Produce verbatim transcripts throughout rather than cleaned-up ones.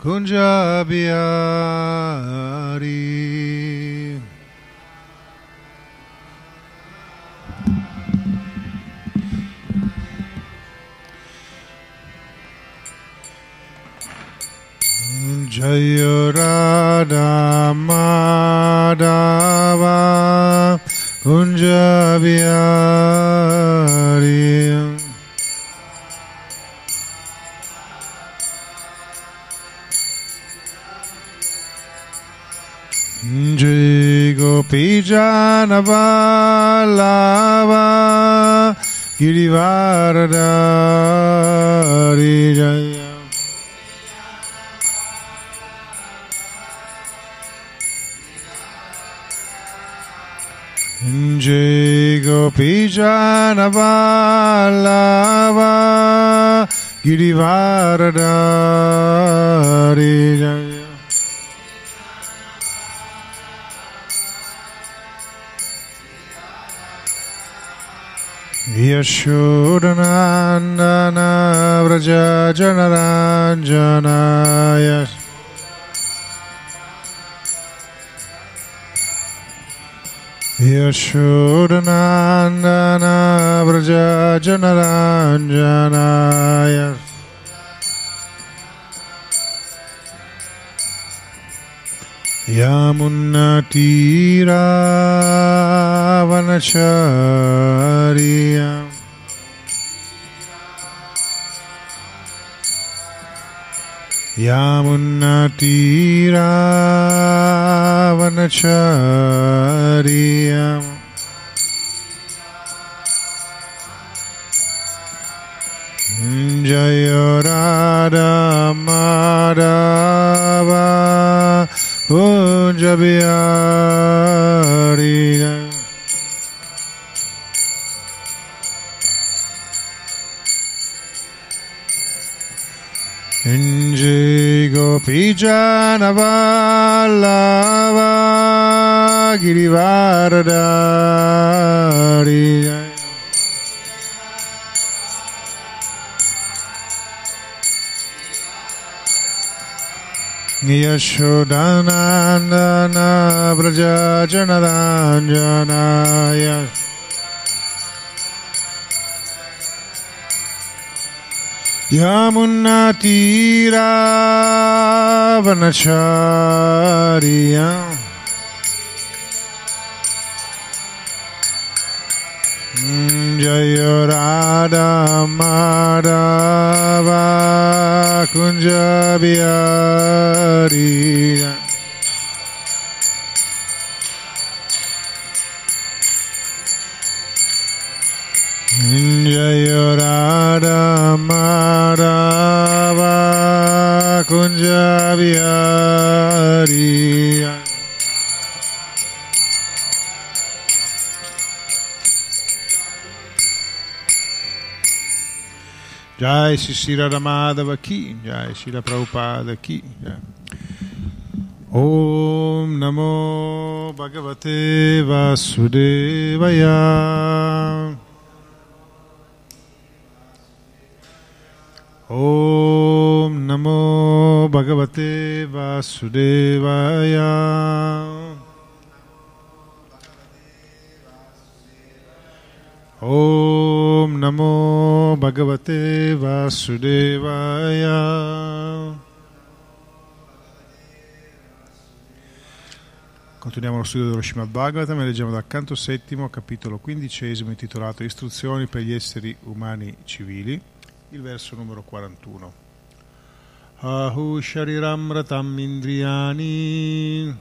Kunja Bihari. Jaya Radha Madhava Kunja Bihari. Jai Gopi Jana Vallabha Girivaradari Jaya. Jai Gopi Jana Vallabha Girivaradari Jaya. Yashodanandana Vraja Janaranjana. Yashodanandana Vraja Janaranjana. Yamunatira Vanacharya. Yamunatira Vanacharya. Jaya Radha Madhava Kunja Bihari. Jai Gopi Jana Vallabha Girivaradari. Yashodanandana Vraja Janaranjana. Yamunatira Vanacharya. Jaya Radha Madhava Kunja Bihari. Jaya Radha Madhava Kunja Bihari. Jai Sri Radha Madhava ki, Jai Srila Prabhupada ki. Jai. Om Namo Bhagavate Vasudevaya. Om Namo Bhagavate Vasudevaya. Om Namo Bhagavate Vasudevaya. Continuiamo lo studio dello Srimad Bhagavatam e leggiamo dal canto settimo, capitolo quindicesimo, intitolato Istruzioni per gli esseri umani civili, il verso numero quarantuno. Ahu shariram ratam indriyani.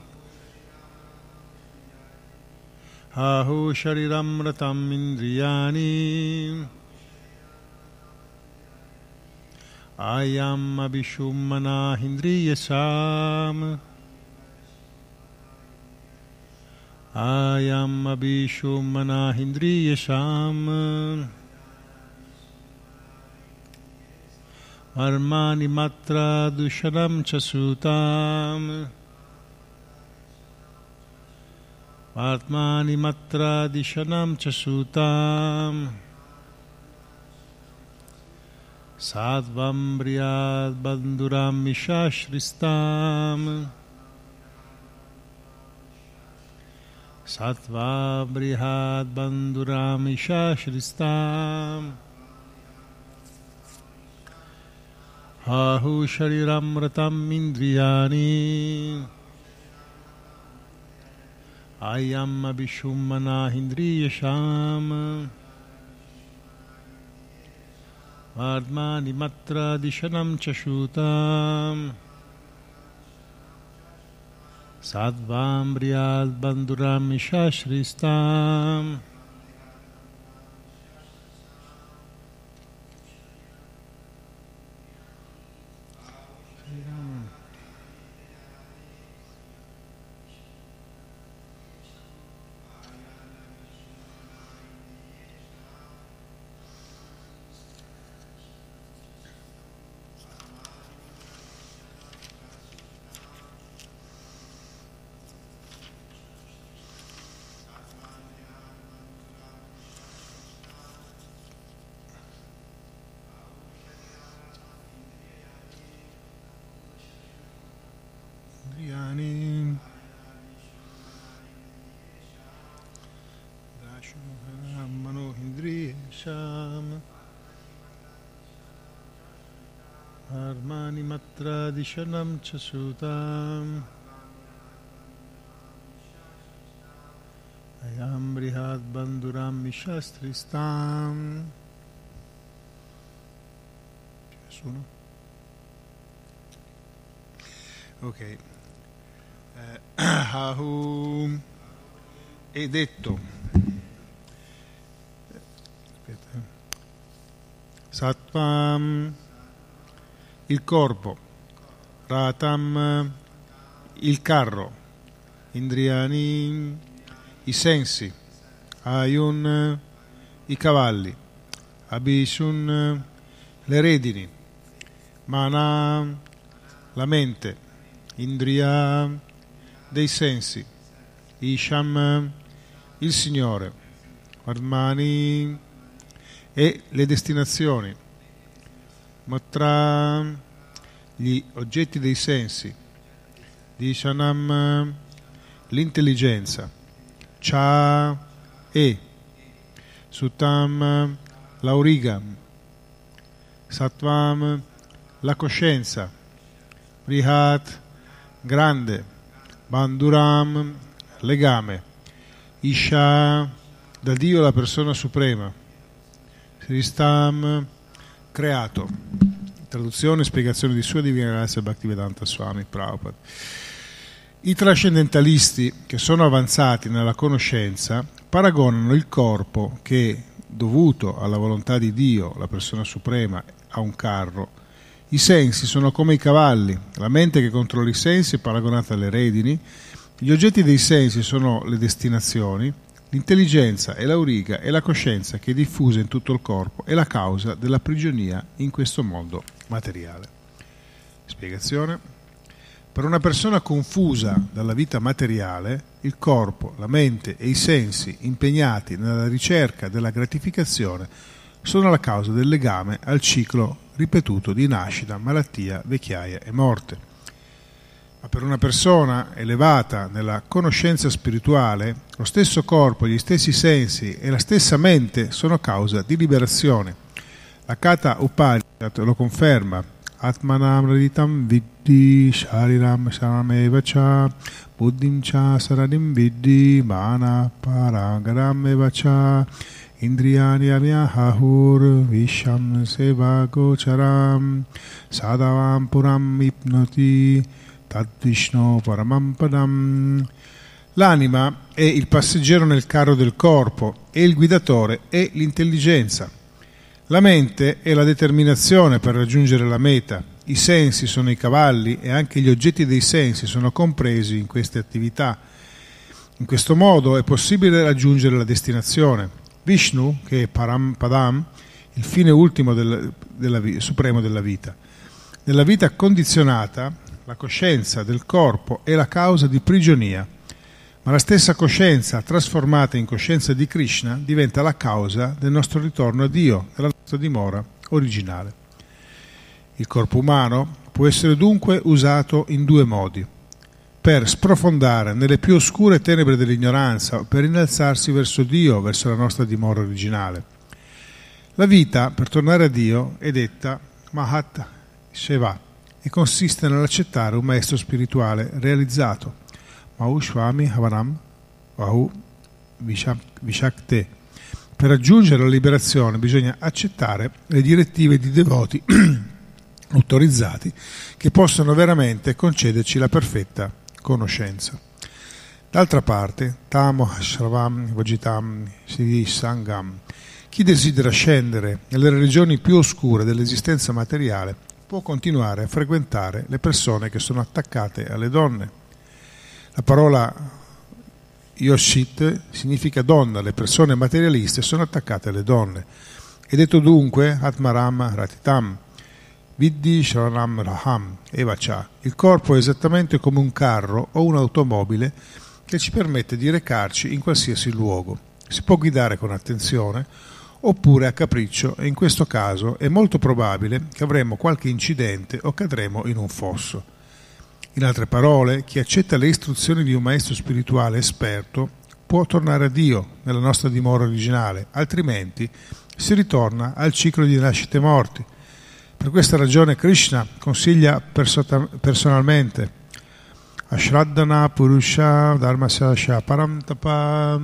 Ahu shariram ratam indriyani. Ayam abhishummana hindriyasam. Ayam abhishummana hindriyasam. Armani matra dushanam chasutam. Atmani matra dishanam chasutam. Sattvam briyad bandhuram mishashristam Sattva brihad bandhuram mishashristam Ahu shariram ratam indriyani Ayam abhishummana hindriyasham Vardmani matra dishanam chashutam Sattvam briyad bandhuram mishashristam Indriyani Dashumahanam mano hindriyasham Armani matra dishanam chasutam Ayam brihad bandhuram mishastristam. Nessuno? Ok. Eh, Ahu è detto. Aspetta. Sattvam il corpo, Ratam il carro, Indriyani i sensi, Ayun i cavalli, Abhishun le redini, Mana la mente, Indriya dei sensi, Isham il Signore, Vardmani e le destinazioni, Matra gli oggetti dei sensi, Dishanam l'intelligenza, Cha e Sutam l'auriga, Sattvam la coscienza, Brihat grande, Bandhuram legame, Isha da Dio la persona suprema, Sristam creato. Traduzione e spiegazione di Sua Divina Grazia Bhaktivedanta Swami Prabhupada. I trascendentalisti che sono avanzati nella conoscenza paragonano il corpo che, dovuto alla volontà di Dio, la persona suprema, a un carro. I sensi sono come i cavalli, la mente che controlla i sensi è paragonata alle redini, gli oggetti dei sensi sono le destinazioni, l'intelligenza è l'auriga e la coscienza che è diffusa in tutto il corpo è la causa della prigionia in questo mondo materiale. Spiegazione. Per una persona confusa dalla vita materiale, il corpo, la mente e i sensi impegnati nella ricerca della gratificazione sono la causa del legame al ciclo ripetuto di nascita, malattia, vecchiaia e morte. Ma per una persona elevata nella conoscenza spirituale, lo stesso corpo, gli stessi sensi e la stessa mente sono causa di liberazione. La Katha Upanishad lo conferma. Atmanam raditam viddi shariram sarameva cha buddhim cha saradim viddi mana paragaram eva cha indriyani amyahahur visham seva gocharam sadavam puram ipnoti tad vishno paramam padam. L'anima è il passeggero nel carro del corpo e il guidatore è l'intelligenza. La mente è la determinazione per raggiungere la meta, i sensi sono i cavalli e anche gli oggetti dei sensi sono compresi in queste attività. In questo modo è possibile raggiungere la destinazione. Vishnu, che è Param Padam, il fine ultimo del, della, supremo della vita. Nella vita condizionata, la coscienza del corpo è la causa di prigionia. Ma la stessa coscienza, trasformata in coscienza di Krishna, diventa la causa del nostro ritorno a Dio, della nostra dimora originale. Il corpo umano può essere dunque usato in due modi: per sprofondare nelle più oscure tenebre dell'ignoranza o per innalzarsi verso Dio, verso la nostra dimora originale. La vita, per tornare a Dio, è detta Mahat Sheva e consiste nell'accettare un maestro spirituale realizzato, Mahu Shvami Havanam Vahu Vishakte. Per raggiungere la liberazione bisogna accettare le direttive di devoti autorizzati che possono veramente concederci la perfetta conoscenza. D'altra parte, Tamo Ashravam Vajitam Siddhi Sangam, chi desidera scendere nelle regioni più oscure dell'esistenza materiale può continuare a frequentare le persone che sono attaccate alle donne. La parola Yoshit significa donna, le persone materialiste sono attaccate alle donne. È detto dunque Atmaram Ratitam, Viddi Sharanam Raham Evacha. Il corpo è esattamente come un carro o un'automobile che ci permette di recarci in qualsiasi luogo. Si può guidare con attenzione oppure a capriccio e in questo caso è molto probabile che avremo qualche incidente o cadremo in un fosso. In altre parole, chi accetta le istruzioni di un maestro spirituale esperto può tornare a Dio nella nostra dimora originale, altrimenti si ritorna al ciclo di nascite e morti. Per questa ragione Krishna consiglia perso- personalmente Ashraddhana Purusha Dharmasya Param Tapa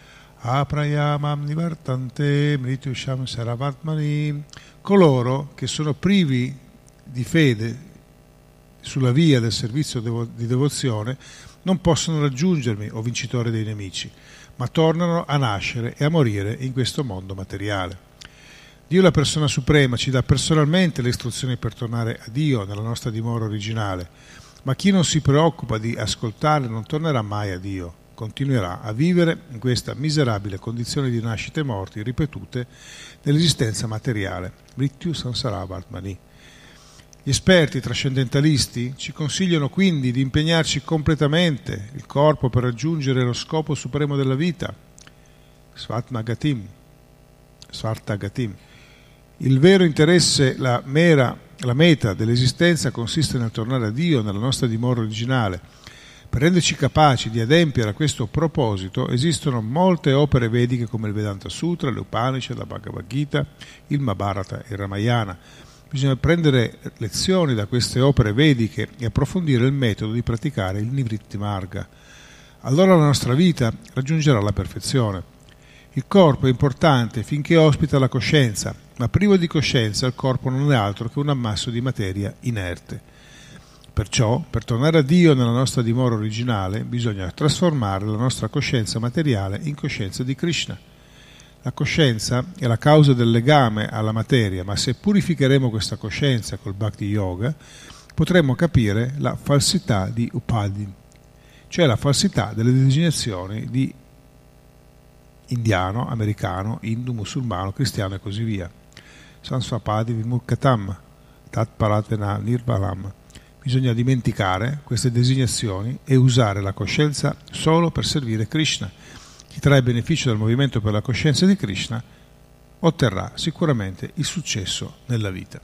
Aprayamam Nivartante Mritusham Saravatmani. Coloro che sono privi di fede sulla via del servizio devo- di devozione non possono raggiungermi, o vincitore dei nemici, ma tornano a nascere e a morire in questo mondo materiale. Dio, la persona suprema, ci dà personalmente le istruzioni per tornare a Dio nella nostra dimora originale, ma chi non si preoccupa di ascoltare non tornerà mai a Dio, continuerà a vivere in questa miserabile condizione di nascite e morti ripetute nell'esistenza materiale. Mrityu Sansara Vartmani. Gli esperti trascendentalisti ci consigliano quindi di impegnarci completamente il corpo per raggiungere lo scopo supremo della vita, Svatmagatim, Svartagatim. Il vero interesse, la, mera, la meta dell'esistenza consiste nel tornare a Dio nella nostra dimora originale. Per renderci capaci di adempiere a questo proposito esistono molte opere vediche come il Vedanta Sutra, l'Upanishad, la Bhagavad Gita, il Mahabharata e il Ramayana. Bisogna prendere lezioni da queste opere vediche e approfondire il metodo di praticare il Nivritti Marga. Allora la nostra vita raggiungerà la perfezione. Il corpo è importante finché ospita la coscienza, ma privo di coscienza il corpo non è altro che un ammasso di materia inerte. Perciò, per tornare a Dio nella nostra dimora originale, bisogna trasformare la nostra coscienza materiale in coscienza di Krishna. La coscienza è la causa del legame alla materia, ma se purificheremo questa coscienza col Bhakti Yoga, potremo capire la falsità di Upadhi, cioè la falsità delle designazioni di indiano, americano, hindu, musulmano, cristiano e così via. Sansvapadi Vimurkatam, Tat Paratena Nirvalam. Bisogna dimenticare queste designazioni e usare la coscienza solo per servire Krishna. Chi trae beneficio dal movimento per la coscienza di Krishna otterrà sicuramente il successo nella vita.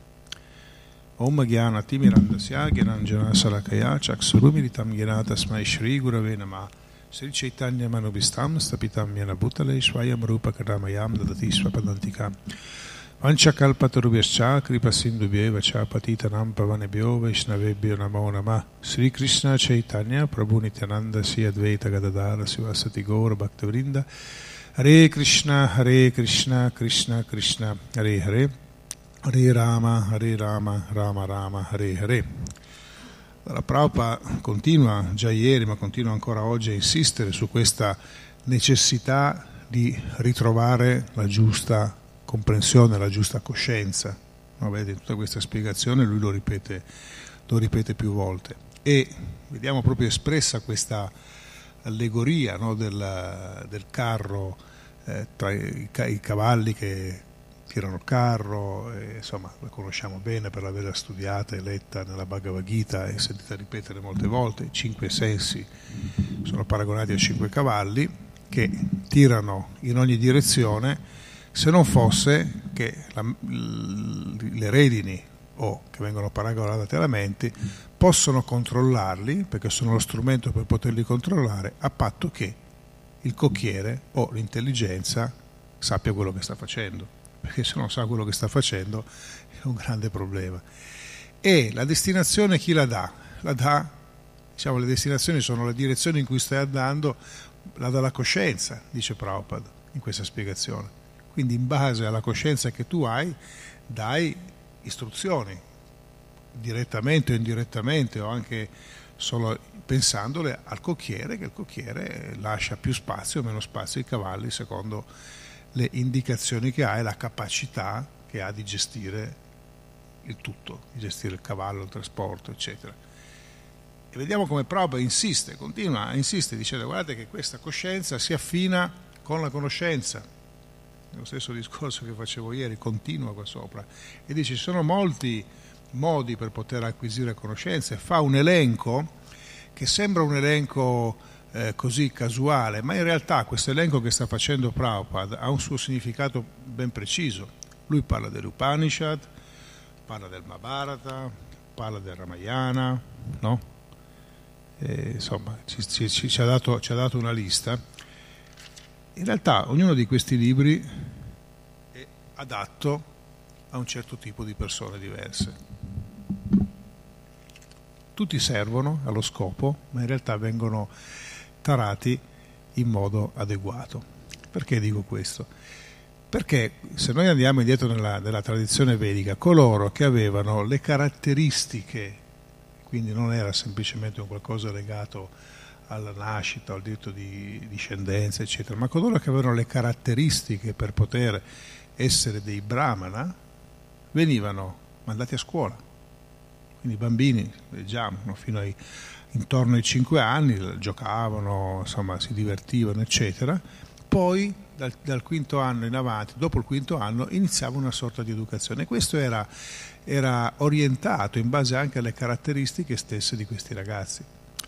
Om Gyana Timirandasya Gyananjana Salakaya Chaksurumiritam Gyana Tasmai Shri Gurave Namah Sri Chaitanya Manubhistam Stapitam Yana Bhutale Svayam Rupa Karamayam Dadati Svapadantikam Vanchakalpatarubhyascha Kripa Sindhubhyeva Cha Patitanam Pavanebhyo Vaishnavebhyo Namo Namah Sri Krishna Chaitanya Prabhu Nityananda Sri Advaita Gadadara Sivasati Gaura Bhaktavrinda Hare Krishna Hare Krishna Krishna Krishna Hare Hare Hare Rama Hare Rama Rama Rama Hare Hare. La Prabhupada continua già ieri, ma continua ancora oggi a insistere su questa necessità di ritrovare la giusta comprensione, la giusta coscienza. No, vedete, in tutta questa spiegazione lui lo ripete, lo ripete più volte. E vediamo proprio espressa questa allegoria, no, del, del carro eh, tra i, i cavalli che tirano il carro, e, insomma la conosciamo bene per averla studiata e letta nella Bhagavad Gita e sentita ripetere molte volte. I cinque sensi sono paragonati a cinque cavalli che tirano in ogni direzione, se non fosse che la, le redini o che vengono paragonate alle menti, possono controllarli, perché sono lo strumento per poterli controllare, a patto che il cocchiere o l'intelligenza sappia quello che sta facendo, perché se non sa quello che sta facendo è un grande problema. E la destinazione chi la dà? La dà, diciamo, le destinazioni sono le direzioni in cui stai andando, la dà la coscienza, dice Prabhupada in questa spiegazione. Quindi in base alla coscienza che tu hai, dai istruzioni, direttamente o indirettamente, o anche solo pensandole al cocchiere, che il cocchiere lascia più spazio o meno spazio ai cavalli secondo le indicazioni che ha e la capacità che ha di gestire il tutto, di gestire il cavallo, il trasporto, eccetera. E vediamo come Prabhupada insiste, continua a insistere dicendo: guardate che questa coscienza si affina con la conoscenza. Lo stesso discorso che facevo ieri continua qua sopra e dice: ci sono molti modi per poter acquisire conoscenze. Fa un elenco che sembra un elenco eh, così casuale, ma in realtà questo elenco che sta facendo Prabhupada ha un suo significato ben preciso. Lui parla dell'Upanishad, parla del Mahabharata, parla del Ramayana, no? E, insomma, ci, ci, ci, ha dato, ci ha dato una lista. In realtà ognuno di questi libri è adatto a un certo tipo di persone diverse. Tutti servono allo scopo, ma in realtà vengono tarati in modo adeguato. Perché dico questo? Perché se noi andiamo indietro nella, nella tradizione vedica, coloro che avevano le caratteristiche, quindi non era semplicemente un qualcosa legato alla nascita, al diritto di discendenza, eccetera, ma coloro che avevano le caratteristiche per poter essere dei brahmana venivano mandati a scuola. Quindi i bambini, leggiamo, no, fino ai intorno ai cinque anni giocavano, insomma, si divertivano, eccetera. Poi dal, dal quinto anno in avanti, dopo il quinto anno, iniziava una sorta di educazione. Questo era, era orientato in base anche alle caratteristiche stesse di questi ragazzi.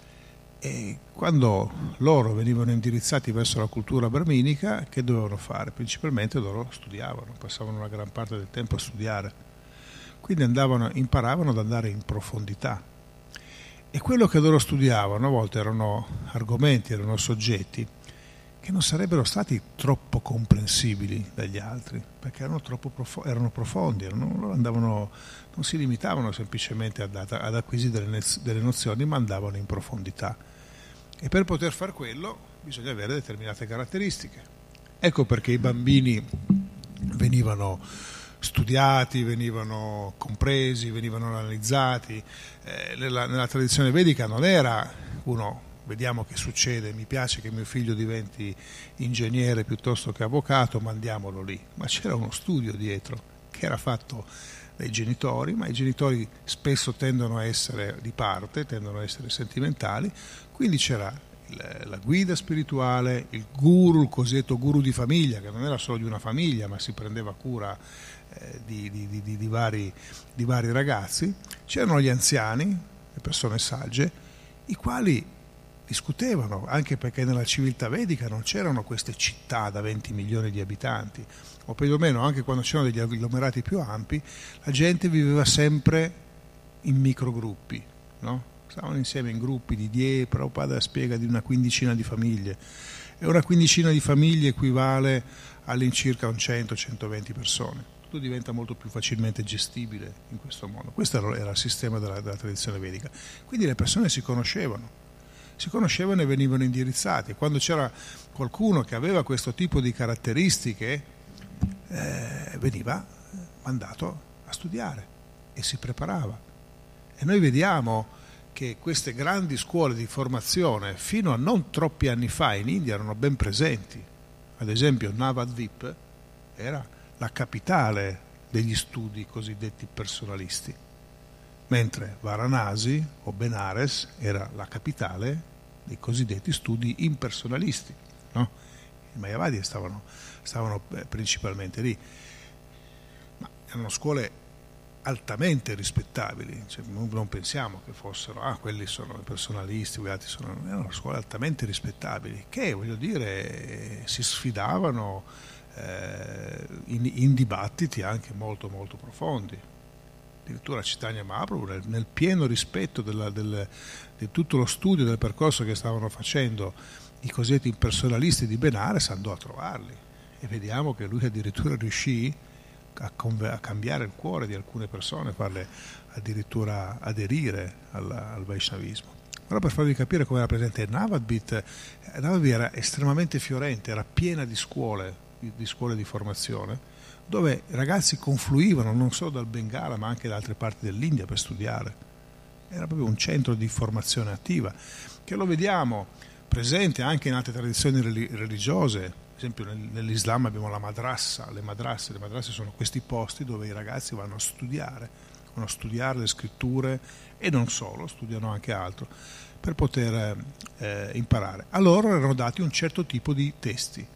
E quando loro venivano indirizzati verso la cultura brahminica, che dovevano fare? Principalmente loro studiavano, passavano una gran parte del tempo a studiare. Quindi andavano, imparavano ad andare in profondità. E quello che loro studiavano a volte erano argomenti, erano soggetti che non sarebbero stati troppo comprensibili dagli altri, perché erano troppo profondi, erano profondi, erano, loro andavano, non si limitavano semplicemente ad, ad acquisire delle, delle nozioni, ma andavano in profondità. E per poter fare quello bisogna avere determinate caratteristiche. Ecco perché i bambini venivano studiati, venivano compresi, venivano analizzati. Eh, nella, nella tradizione vedica non era uno, vediamo che succede, mi piace che mio figlio diventi ingegnere piuttosto che avvocato, mandiamolo lì. Ma c'era uno studio dietro che era fatto dai genitori, ma i genitori spesso tendono a essere di parte, tendono a essere sentimentali, quindi c'era il, la guida spirituale, il guru, il cosiddetto guru di famiglia, che non era solo di una famiglia, ma si prendeva cura eh, di, di, di, di, vari, di vari ragazzi. C'erano gli anziani, le persone sagge, i quali discutevano, anche perché nella civiltà vedica non c'erano queste città da venti milioni di abitanti, o perlomeno anche quando c'erano degli agglomerati più ampi, la gente viveva sempre in microgruppi, no? Stavano insieme in gruppi di dieci, Prabhupada spiega di una quindicina di famiglie, e una quindicina di famiglie equivale all'incirca un cento centoventi persone. Tutto diventa molto più facilmente gestibile in questo modo. Questo era il sistema della, della tradizione vedica. Quindi le persone si conoscevano, si conoscevano e venivano indirizzati. Quando c'era qualcuno che aveva questo tipo di caratteristiche, eh, veniva mandato a studiare e si preparava. E noi vediamo che queste grandi scuole di formazione fino a non troppi anni fa in India erano ben presenti. Ad esempio Navadvip era la capitale degli studi cosiddetti personalisti, mentre Varanasi o Benares era la capitale dei cosiddetti studi impersonalisti, no? I Mayavadi stavano, stavano principalmente lì, ma erano scuole altamente rispettabili, cioè, non, non pensiamo che fossero, ah, quelli sono i personalisti, quegli altri sono, erano scuole altamente rispettabili, che, voglio dire, si sfidavano eh, in, in dibattiti anche molto molto profondi. addirittura Chaitanya Mahaprabhu, nel, nel pieno rispetto della, del, di tutto lo studio del percorso che stavano facendo i cosiddetti impersonalisti di Benares, andò a trovarli, e vediamo che lui addirittura riuscì a, conve- a cambiare il cuore di alcune persone, farle addirittura aderire al, al Vaishnavismo. Però per farvi capire come era presente Navadvip, Navadvip era estremamente fiorente, era piena di scuole, di, di scuole di formazione, dove i ragazzi confluivano non solo dal Bengala ma anche da altre parti dell'India per studiare. Era proprio un centro di formazione attiva, che lo vediamo presente anche in altre tradizioni religiose. Ad esempio nell'Islam abbiamo la madrassa, le madrasse, le madrasse sono questi posti dove i ragazzi vanno a studiare, vanno a studiare le scritture e non solo, studiano anche altro per poter eh, imparare. A loro erano dati un certo tipo di testi,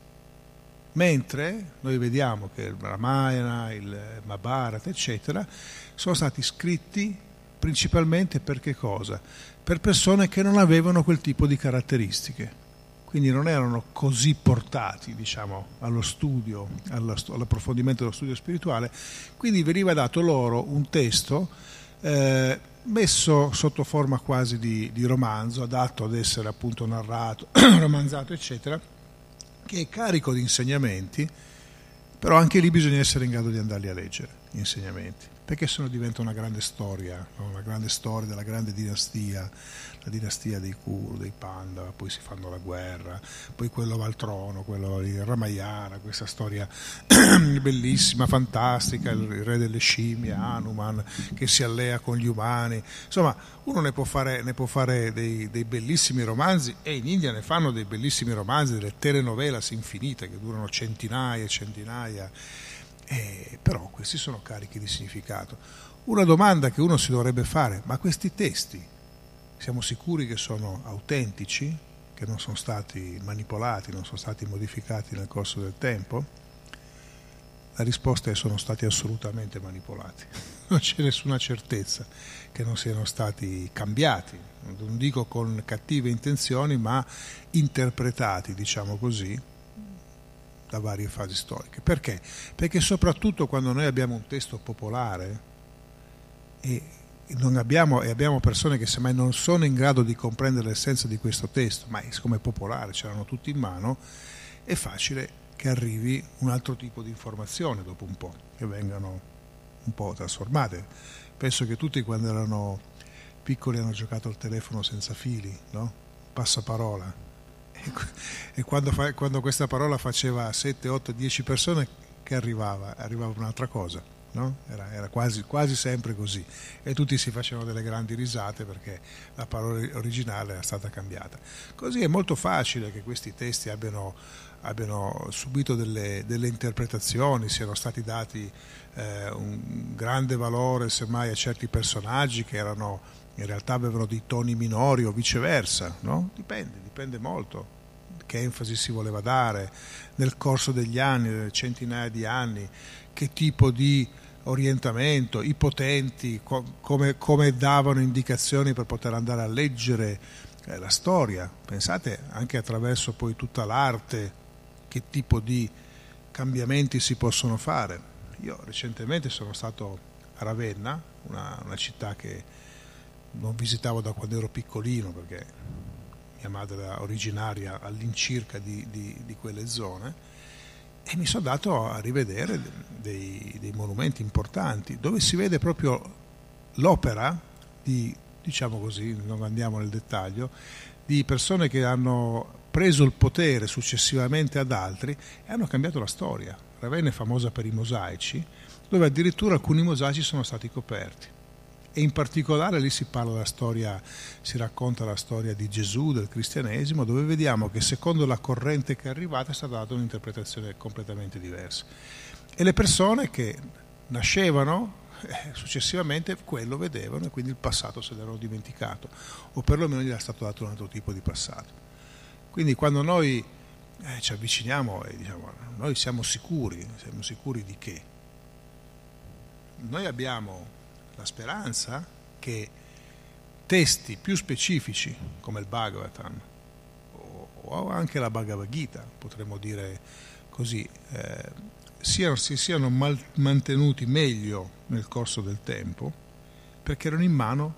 mentre noi vediamo che il Ramayana, il Mahabharata, eccetera, sono stati scritti principalmente per che cosa? Per persone che non avevano quel tipo di caratteristiche, quindi non erano così portati, diciamo, allo studio, all'approfondimento dello studio spirituale, quindi veniva dato loro un testo eh, messo sotto forma quasi di, di romanzo, adatto ad essere appunto narrato, romanzato, eccetera, che è carico di insegnamenti, però anche lì bisogna essere in grado di andarli a leggere, gli insegnamenti, perché sennò diventa una grande storia, no? Una grande storia della grande dinastia, la dinastia dei Kuru, dei Pandava, poi si fanno la guerra, poi quello va al trono, quello di Ramayana, questa storia bellissima, fantastica, il re delle scimmie, Hanuman, che si allea con gli umani. Insomma, uno ne può fare, ne può fare dei, dei bellissimi romanzi, e in India ne fanno dei bellissimi romanzi, delle telenovelas infinite che durano centinaia e centinaia. Eh, però questi sono carichi di significato. Una domanda che uno si dovrebbe fare: ma questi testi siamo sicuri che sono autentici, che non sono stati manipolati, non sono stati modificati nel corso del tempo? La risposta è: sono stati assolutamente manipolati. Non c'è nessuna certezza che non siano stati cambiati, non dico con cattive intenzioni, ma interpretati, diciamo così, da varie fasi storiche. Perché? Perché soprattutto quando noi abbiamo un testo popolare e non abbiamo, e abbiamo persone che semmai non sono in grado di comprendere l'essenza di questo testo, ma siccome è popolare, ce l'hanno tutti in mano, è facile che arrivi un altro tipo di informazione dopo un po', che vengano un po' trasformate. Penso che tutti quando erano piccoli hanno giocato al telefono senza fili, no? Passaparola. E quando, fa, quando questa parola faceva sette, otto, dieci persone, che arrivava? Arrivava un'altra cosa, no? Era, era quasi, quasi sempre così, e tutti si facevano delle grandi risate perché la parola originale era stata cambiata. Così è molto facile che questi testi abbiano, abbiano subito delle, delle interpretazioni, siano stati dati eh, un grande valore semmai a certi personaggi che erano in realtà avevano dei toni minori o viceversa, no? Dipende, dipende molto che enfasi si voleva dare nel corso degli anni, delle centinaia di anni, che tipo di orientamento, i potenti, co- come, come davano indicazioni per poter andare a leggere eh, la storia. Pensate anche attraverso poi tutta l'arte, che tipo di cambiamenti si possono fare. Io recentemente sono stato a Ravenna, una, una città che non visitavo da quando ero piccolino, perché mia madre era originaria all'incirca di, di, di quelle zone, e mi sono dato a rivedere dei, dei monumenti importanti dove si vede proprio l'opera di, diciamo così, non andiamo nel dettaglio, di persone che hanno preso il potere successivamente ad altri e hanno cambiato la storia. Ravenna è famosa per i mosaici, dove addirittura alcuni mosaici sono stati coperti. E in particolare lì si parla della storia, si racconta la storia di Gesù, del cristianesimo, dove vediamo che secondo la corrente che è arrivata è stata data un'interpretazione completamente diversa. E le persone che nascevano eh, successivamente quello vedevano, e quindi il passato se l'erano dimenticato, o perlomeno gli era stato dato un altro tipo di passato. Quindi quando noi eh, ci avviciniamo e diciamo, noi siamo sicuri, siamo sicuri di che? Noi abbiamo la speranza che testi più specifici come il Bhagavatam o, o anche la Bhagavad Gita, potremmo dire così, eh, siano, si siano mal, mantenuti meglio nel corso del tempo perché erano in mano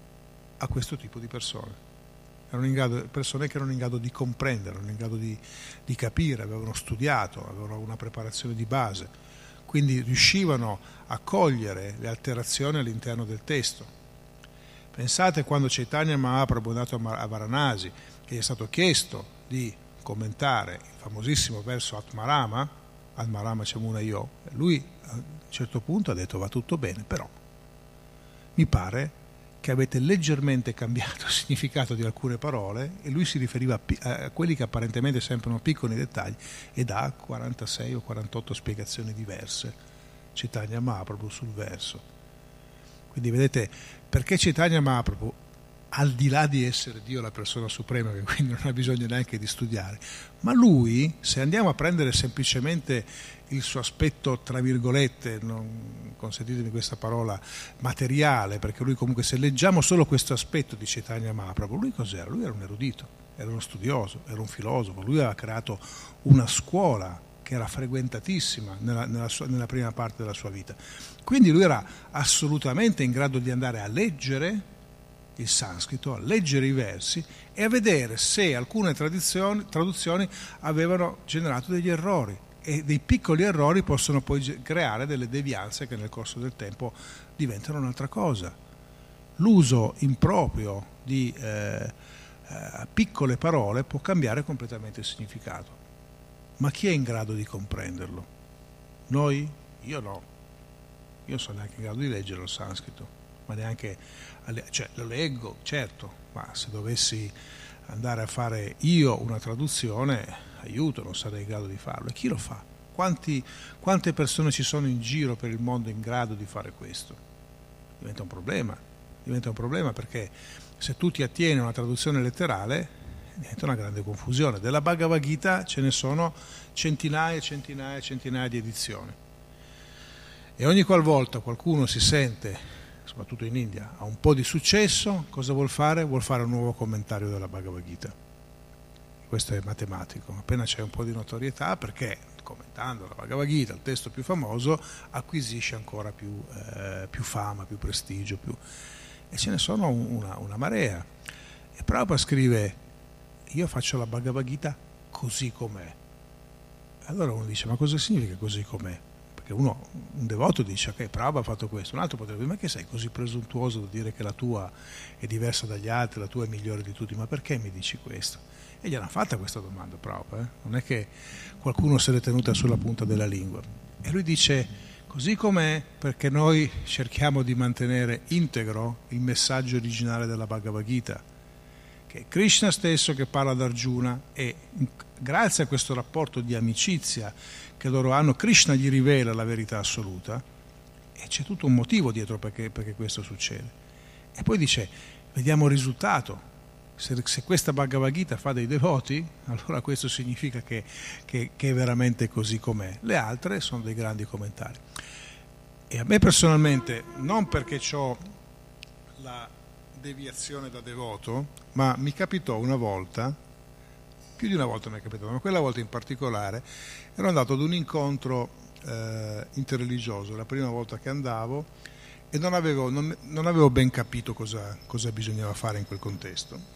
a questo tipo di persone. Erano in grado, persone che erano in grado di comprendere, erano in grado di, di capire, avevano studiato, avevano una preparazione di base, quindi riuscivano a cogliere le alterazioni all'interno del testo. Pensate quando Chaitanya Mahaprabhu è andato a Varanasi, che gli è stato chiesto di commentare il famosissimo verso Atmarama, Atmarama Chamuna Yo, lui a un certo punto ha detto va tutto bene, però mi pare che avete leggermente cambiato il significato di alcune parole, e lui si riferiva a, a quelli che apparentemente sembrano piccoli dettagli e dà quarantasei o quarantotto spiegazioni diverse, Chaitanya Mahaprabhu, sul verso. Quindi vedete perché Chaitanya Mahaprabhu, al di là di essere Dio la persona suprema, che quindi non ha bisogno neanche di studiare, ma lui, se andiamo a prendere semplicemente il suo aspetto, tra virgolette, non consentitemi questa parola, materiale, perché lui comunque, se leggiamo solo questo aspetto di Chaitanya Mahaprabhu, lui cos'era? Lui era un erudito, era uno studioso, era un filosofo, lui aveva creato una scuola che era frequentatissima nella, nella, sua, nella prima parte della sua vita. Quindi lui era assolutamente in grado di andare a leggere il sanscrito, a leggere i versi e a vedere se alcune traduzioni avevano generato degli errori, e dei piccoli errori possono poi creare delle devianze che nel corso del tempo diventano un'altra cosa. L'uso improprio di eh, eh, piccole parole può cambiare completamente il significato, ma chi è in grado di comprenderlo? Noi? Io no, io non sono neanche in grado di leggere il sanscrito, ma neanche, cioè lo leggo, certo, ma se dovessi andare a fare io una traduzione, aiuto, non sarei in grado di farlo. E chi lo fa? Quanti, quante persone ci sono in giro per il mondo in grado di fare questo? Diventa un problema, diventa un problema perché se tu ti attieni a una traduzione letterale diventa una grande confusione. Della Bhagavad Gita ce ne sono centinaia e centinaia e centinaia di edizioni, e ogni qualvolta qualcuno si sente, soprattutto in India, ha un po' di successo, cosa vuol fare? Vuol fare un nuovo commentario della Bhagavad Gita. Questo è matematico, appena c'è un po' di notorietà, perché commentando la Bhagavad Gita, il testo più famoso, acquisisce ancora più, eh, più fama, più prestigio, più... e ce ne sono una, una marea. E Prabhupada scrive, io faccio la Bhagavad Gita così com'è. Allora uno dice, ma cosa significa così com'è? Perché uno, un devoto dice, ok, Prabhupada ha fatto questo, un altro potrebbe dire, ma che sei così presuntuoso da dire che la tua è diversa dagli altri, la tua è migliore di tutti, ma perché mi dici questo? E gli hanno fatta questa domanda Prabhupada, eh? Non è che qualcuno se l'è tenuta sulla punta della lingua. E lui dice, così com'è, perché noi cerchiamo di mantenere integro il messaggio originale della Bhagavad Gita, che è Krishna stesso che parla ad Arjuna, e grazie a questo rapporto di amicizia che loro hanno, Krishna gli rivela la verità assoluta, e c'è tutto un motivo dietro perché, perché questo succede. E poi dice, vediamo il risultato. Se, se questa Bhagavad Gita fa dei devoti, allora questo significa che, che, che è veramente così com'è. Le altre sono dei grandi commentari. E a me personalmente, non perché ho la deviazione da devoto, ma mi capitò una volta, più di una volta mi è capitato, ma quella volta in particolare, ero andato ad un incontro eh, interreligioso, la prima volta che andavo, e non avevo, non, non avevo ben capito cosa, cosa bisognava fare in quel contesto.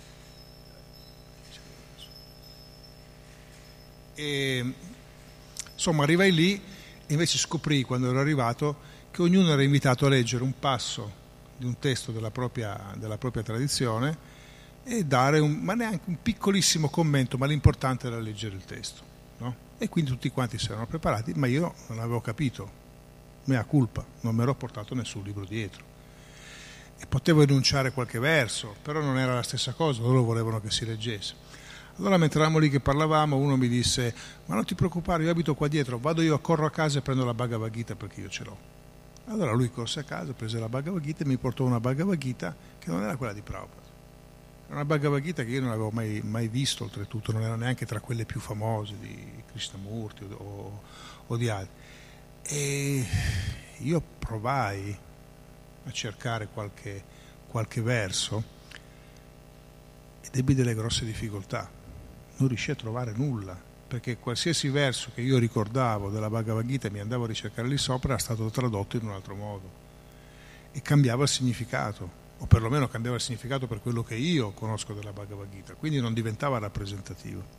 E insomma arrivai lì e invece scoprì, quando ero arrivato, che ognuno era invitato a leggere un passo di un testo della propria, della propria tradizione e dare un, ma neanche un piccolissimo commento, ma l'importante era leggere il testo, no? E quindi tutti quanti si erano preparati, ma io non avevo capito, mea culpa, non mi ero portato nessun libro dietro e potevo enunciare qualche verso, però non era la stessa cosa, loro volevano che si leggesse. Allora mentre eravamo lì che parlavamo, uno mi disse, ma non ti preoccupare, io abito qua dietro, vado io, corro a casa e prendo la Bhagavad Gita perché io ce l'ho. Allora lui corse a casa, prese la Bhagavad Gita e mi portò una Bhagavad Gita che non era quella di Prabhupada. Era una Bhagavad Gita che io non avevo mai, mai visto, oltretutto non era neanche tra quelle più famose di Krishnamurti o, o di altri. E io provai a cercare qualche, qualche verso ed ebbi delle grosse difficoltà. Non riuscì a trovare nulla, perché qualsiasi verso che io ricordavo della Bhagavad Gita e mi andavo a ricercare lì sopra era stato tradotto in un altro modo e cambiava il significato, o perlomeno cambiava il significato per quello che io conosco della Bhagavad Gita, quindi non diventava rappresentativo.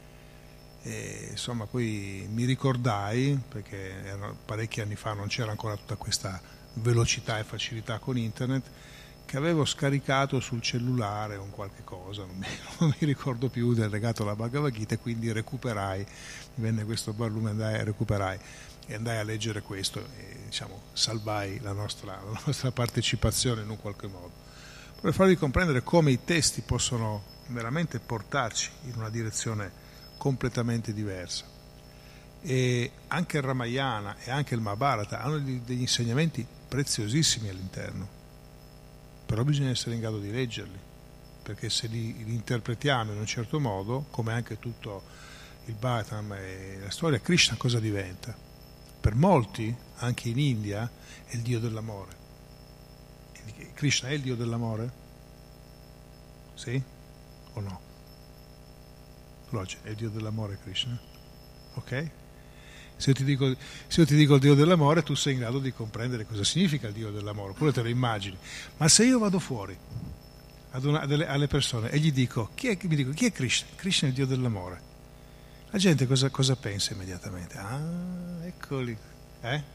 E, insomma, poi mi ricordai, perché erano parecchi anni fa, non c'era ancora tutta questa velocità e facilità con internet, che avevo scaricato sul cellulare un qualche cosa, non mi, non mi ricordo più, del legato alla Bhagavad Gita, e quindi recuperai, mi venne questo barlume, andai a recuperai e andai a leggere questo e, diciamo, salvai la nostra, la nostra partecipazione in un qualche modo, per farvi comprendere come i testi possono veramente portarci in una direzione completamente diversa. E anche il Ramayana e anche il Mahabharata hanno degli insegnamenti preziosissimi all'interno, però bisogna essere in grado di leggerli, perché se li, li interpretiamo in un certo modo, come anche tutto il Bhagavatam e la storia, Krishna cosa diventa? Per molti, anche in India, è il dio dell'amore. Krishna è il dio dell'amore? Sì o no? Roger, è il dio dell'amore Krishna? Ok? Se io, ti dico, se io ti dico il dio dell'amore, tu sei in grado di comprendere cosa significa il dio dell'amore, oppure te lo immagini. Ma se io vado fuori ad una, delle, alle persone e gli dico chi è, mi dico, chi è Krishna? Krishna è il dio dell'amore. La gente cosa, cosa pensa immediatamente? Ah, eccoli. Eh?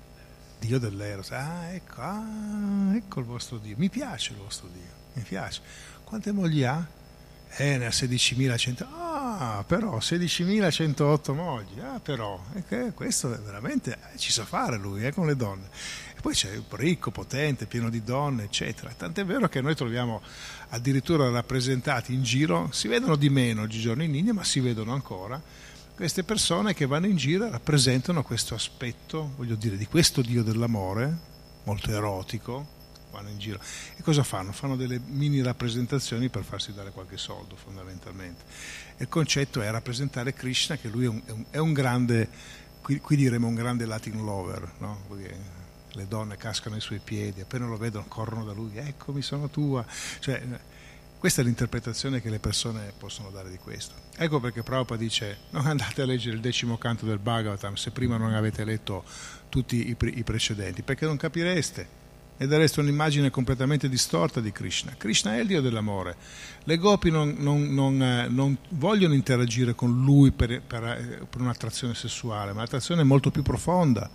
Dio dell'eros. Ah, ecco, ah, ecco il vostro dio. Mi piace il vostro dio, mi piace. Quante mogli ha? Eh, ne ha sedicimilacento. Ah, però sedicimilacentotto mogli. Ah, però eh, questo veramente eh, ci sa fare lui, eh, con le donne. E poi c'è ricco, potente, pieno di donne, eccetera. Tant'è vero che noi troviamo addirittura rappresentati in giro, si vedono di meno oggigiorno in India, ma si vedono ancora queste persone che vanno in giro e rappresentano questo aspetto, voglio dire, di questo dio dell'amore, molto erotico. Vanno in giro. E cosa fanno? Fanno delle mini rappresentazioni per farsi dare qualche soldo, fondamentalmente. E il concetto è rappresentare Krishna, che lui è un, è un, è un grande, qui, qui diremo un grande Latin lover, no? Perché le donne cascano ai suoi piedi, appena lo vedono corrono da lui, eccomi, sono tua. Cioè, questa è l'interpretazione che le persone possono dare di questo. Ecco perché Prabhupada dice: non andate a leggere il decimo canto del Bhagavatam se prima non avete letto tutti i, pre- i precedenti, perché non capireste. E dareste un'immagine completamente distorta di Krishna. Krishna è il dio dell'amore. Le gopi non, non, non, non vogliono interagire con lui per, per, per un'attrazione sessuale, ma l'attrazione è molto più profonda.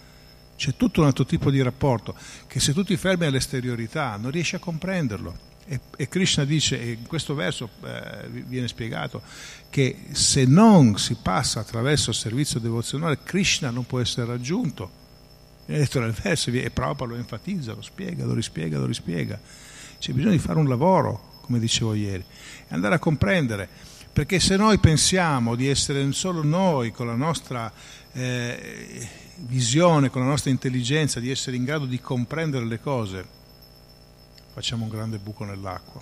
C'è tutto un altro tipo di rapporto che, se tu ti fermi all'esteriorità, non riesci a comprenderlo. E, e Krishna dice, e in questo verso eh, viene spiegato, che se non si passa attraverso il servizio devozionale, Krishna non può essere raggiunto. Viene detto nel verso, e Prabhupada lo enfatizza, lo spiega, lo rispiega, lo rispiega. C'è bisogno di fare un lavoro, come dicevo ieri, e andare a comprendere, perché se noi pensiamo di essere solo noi, con la nostra eh, visione, con la nostra intelligenza, di essere in grado di comprendere le cose, facciamo un grande buco nell'acqua.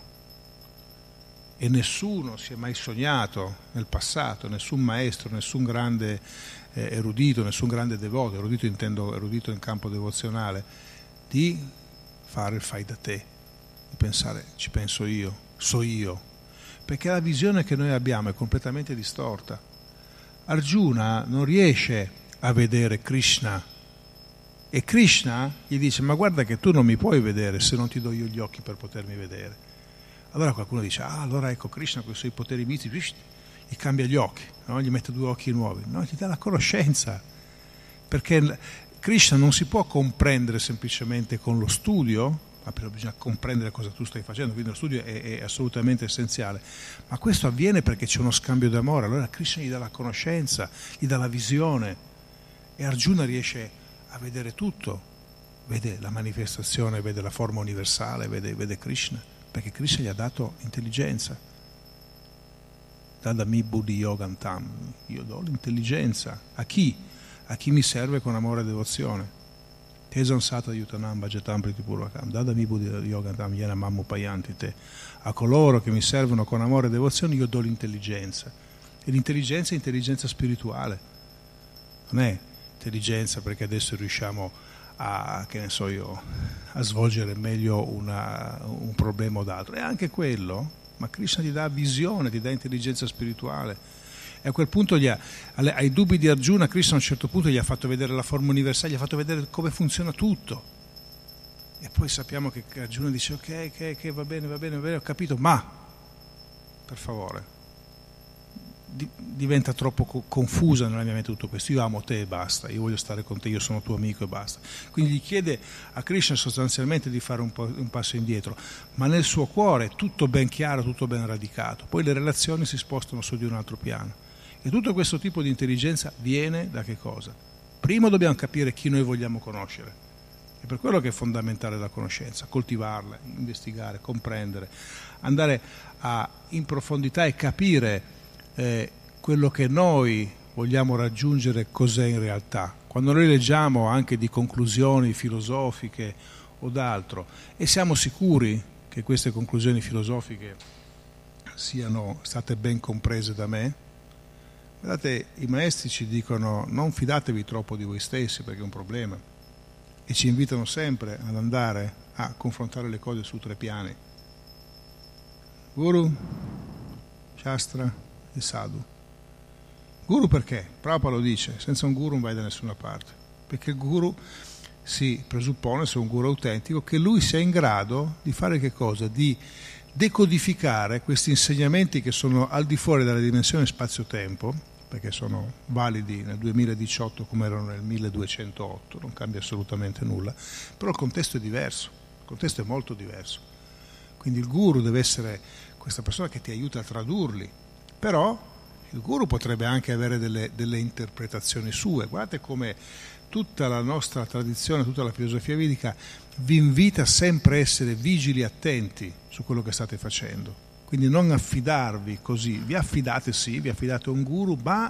E nessuno si è mai sognato nel passato, nessun maestro, nessun grande erudito, nessun grande devoto, erudito intendo erudito in campo devozionale, di fare il fai da te, di pensare ci penso io, so io, perché la visione che noi abbiamo è completamente distorta. Arjuna non riesce a vedere Krishna e Krishna gli dice: ma guarda che tu non mi puoi vedere se non ti do io gli occhi per potermi vedere. Allora qualcuno dice: ah, allora ecco Krishna con i suoi poteri mistici gli cambia gli occhi, no? Gli mette due occhi nuovi, no? Gli dà la conoscenza, perché Krishna non si può comprendere semplicemente con lo studio, ma però bisogna comprendere cosa tu stai facendo, quindi lo studio è, è assolutamente essenziale, ma questo avviene perché c'è uno scambio d'amore. Allora Krishna gli dà la conoscenza, gli dà la visione, e Arjuna riesce a vedere tutto, vede la manifestazione, vede la forma universale, vede, vede Krishna, perché Krishna gli ha dato intelligenza. Dadami buddhi yogantam, io do l'intelligenza a chi? A chi mi serve con amore e devozione. Tesam sata yutanam bhajatam pritipurvakam, dadami buddhi yogantam yena mammu payanti te. A coloro che mi servono con amore e devozione io do l'intelligenza. E l'intelligenza è intelligenza spirituale, non è intelligenza perché adesso riusciamo a, che ne so io, a svolgere meglio una, un problema o d'altro. È anche quello. Ma Krishna ti dà visione, ti dà intelligenza spirituale, E a quel punto gli ha, ai dubbi di Arjuna, Krishna a un certo punto gli ha fatto vedere la forma universale, gli ha fatto vedere come funziona tutto. E poi sappiamo che Arjuna dice ok, ok, ok, va bene, va bene, va bene, ho capito, ma per favore, diventa troppo co- confusa nella mia mente tutto questo, io amo te e basta, io voglio stare con te, io sono tuo amico e basta. Quindi gli chiede a Krishna sostanzialmente di fare un, po', un passo indietro, ma nel suo cuore è tutto ben chiaro, tutto ben radicato, poi le relazioni si spostano su di un altro piano. E tutto questo tipo di intelligenza viene da che cosa? Prima dobbiamo capire chi noi vogliamo conoscere, è per quello che è fondamentale la conoscenza, coltivarla, investigare, comprendere, andare a, in profondità e capire Eh, quello che noi vogliamo raggiungere cos'è in realtà. Quando noi leggiamo anche di conclusioni filosofiche o d'altro e siamo sicuri che queste conclusioni filosofiche siano state ben comprese da me, guardate, i maestri ci dicono non fidatevi troppo di voi stessi perché è un problema, e ci invitano sempre ad andare a confrontare le cose su tre piani: Guru, Shastra e Sadhu. Guru perché? Prabhupada lo dice, senza un guru non vai da nessuna parte, perché il guru si presuppone, se è un guru autentico, che lui sia in grado di fare che cosa? Di decodificare questi insegnamenti che sono al di fuori della dimensione spazio-tempo, perché sono validi nel duemiladiciotto come erano nel milleduecentootto, non cambia assolutamente nulla, però il contesto è diverso, il contesto è molto diverso. Quindi il guru deve essere questa persona che ti aiuta a tradurli. Però il guru potrebbe anche avere delle, delle interpretazioni sue. Guardate come tutta la nostra tradizione, tutta la filosofia vedica vi invita sempre a essere vigili, attenti su quello che state facendo. Quindi non affidarvi così, vi affidate sì, vi affidate a un guru, ma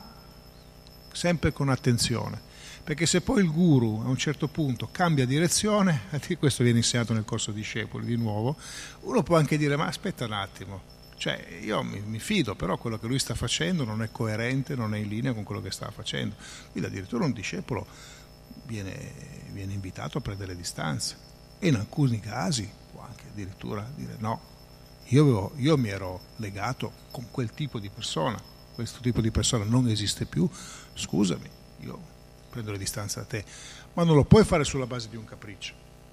sempre con attenzione. Perché se poi il guru a un certo punto cambia direzione, anche questo viene insegnato nel corso discepoli di nuovo, uno può anche dire ma aspetta un attimo, cioè io mi, mi fido, però quello che lui sta facendo non è coerente, non è in linea con quello che sta facendo. Quindi addirittura un discepolo viene, viene invitato a prendere le distanze e in alcuni casi può anche addirittura dire no, io, avevo, io mi ero legato con quel tipo di persona, questo tipo di persona non esiste più, scusami, io prendo le distanze da te, ma non lo puoi fare sulla base di un capriccio,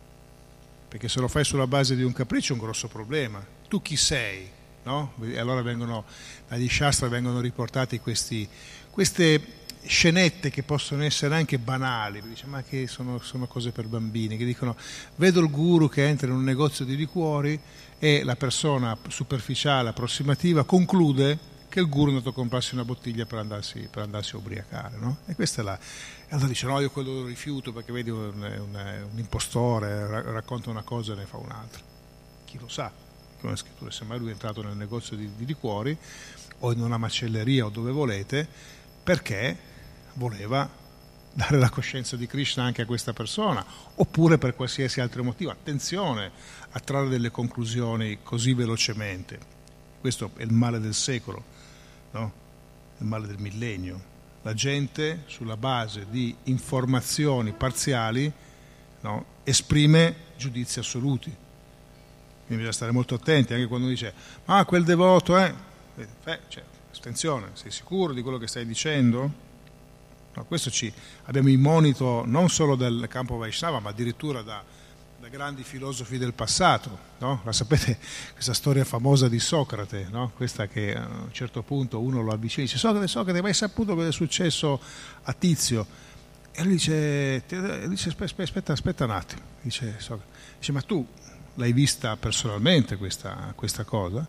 perché se lo fai sulla base di un capriccio è un grosso problema. Tu chi sei? No? E allora vengono dagli Shastra vengono riportati questi, queste scenette che possono essere anche banali, dice, ma che sono, sono cose per bambini, che dicono vedo il guru che entra in un negozio di liquori e la persona superficiale, approssimativa, conclude che il guru è andato a comprarsi una bottiglia per andarsi, per andarsi a ubriacare, no? E questa è la... E allora dice no, io quello lo rifiuto perché vedi un, un, un impostore, racconta una cosa e ne fa un'altra. Chi lo sa? Con le scritture, se mai lui è entrato nel negozio di, di liquori o in una macelleria o dove volete, perché voleva dare la coscienza di Krishna anche a questa persona, oppure per qualsiasi altro motivo. Attenzione a trarre delle conclusioni così velocemente, questo è il male del secolo, no? Il male del millennio. La gente sulla base di informazioni parziali, no, esprime giudizi assoluti. Quindi bisogna stare molto attenti anche quando dice ah quel devoto è eh, eh, cioè, attenzione, sei sicuro di quello che stai dicendo? No, questo ci abbiamo il monito non solo del campo Vaishnava ma addirittura da, da grandi filosofi del passato, no? La sapete questa storia famosa di Socrate, no? Questa che a un certo punto uno lo avvicina e dice Socrate, Socrate, ma hai saputo cosa è successo a Tizio? E lui dice, dice aspetta, aspetta, aspetta un attimo, dice, Socrate, dice ma tu l'hai vista personalmente questa, questa cosa?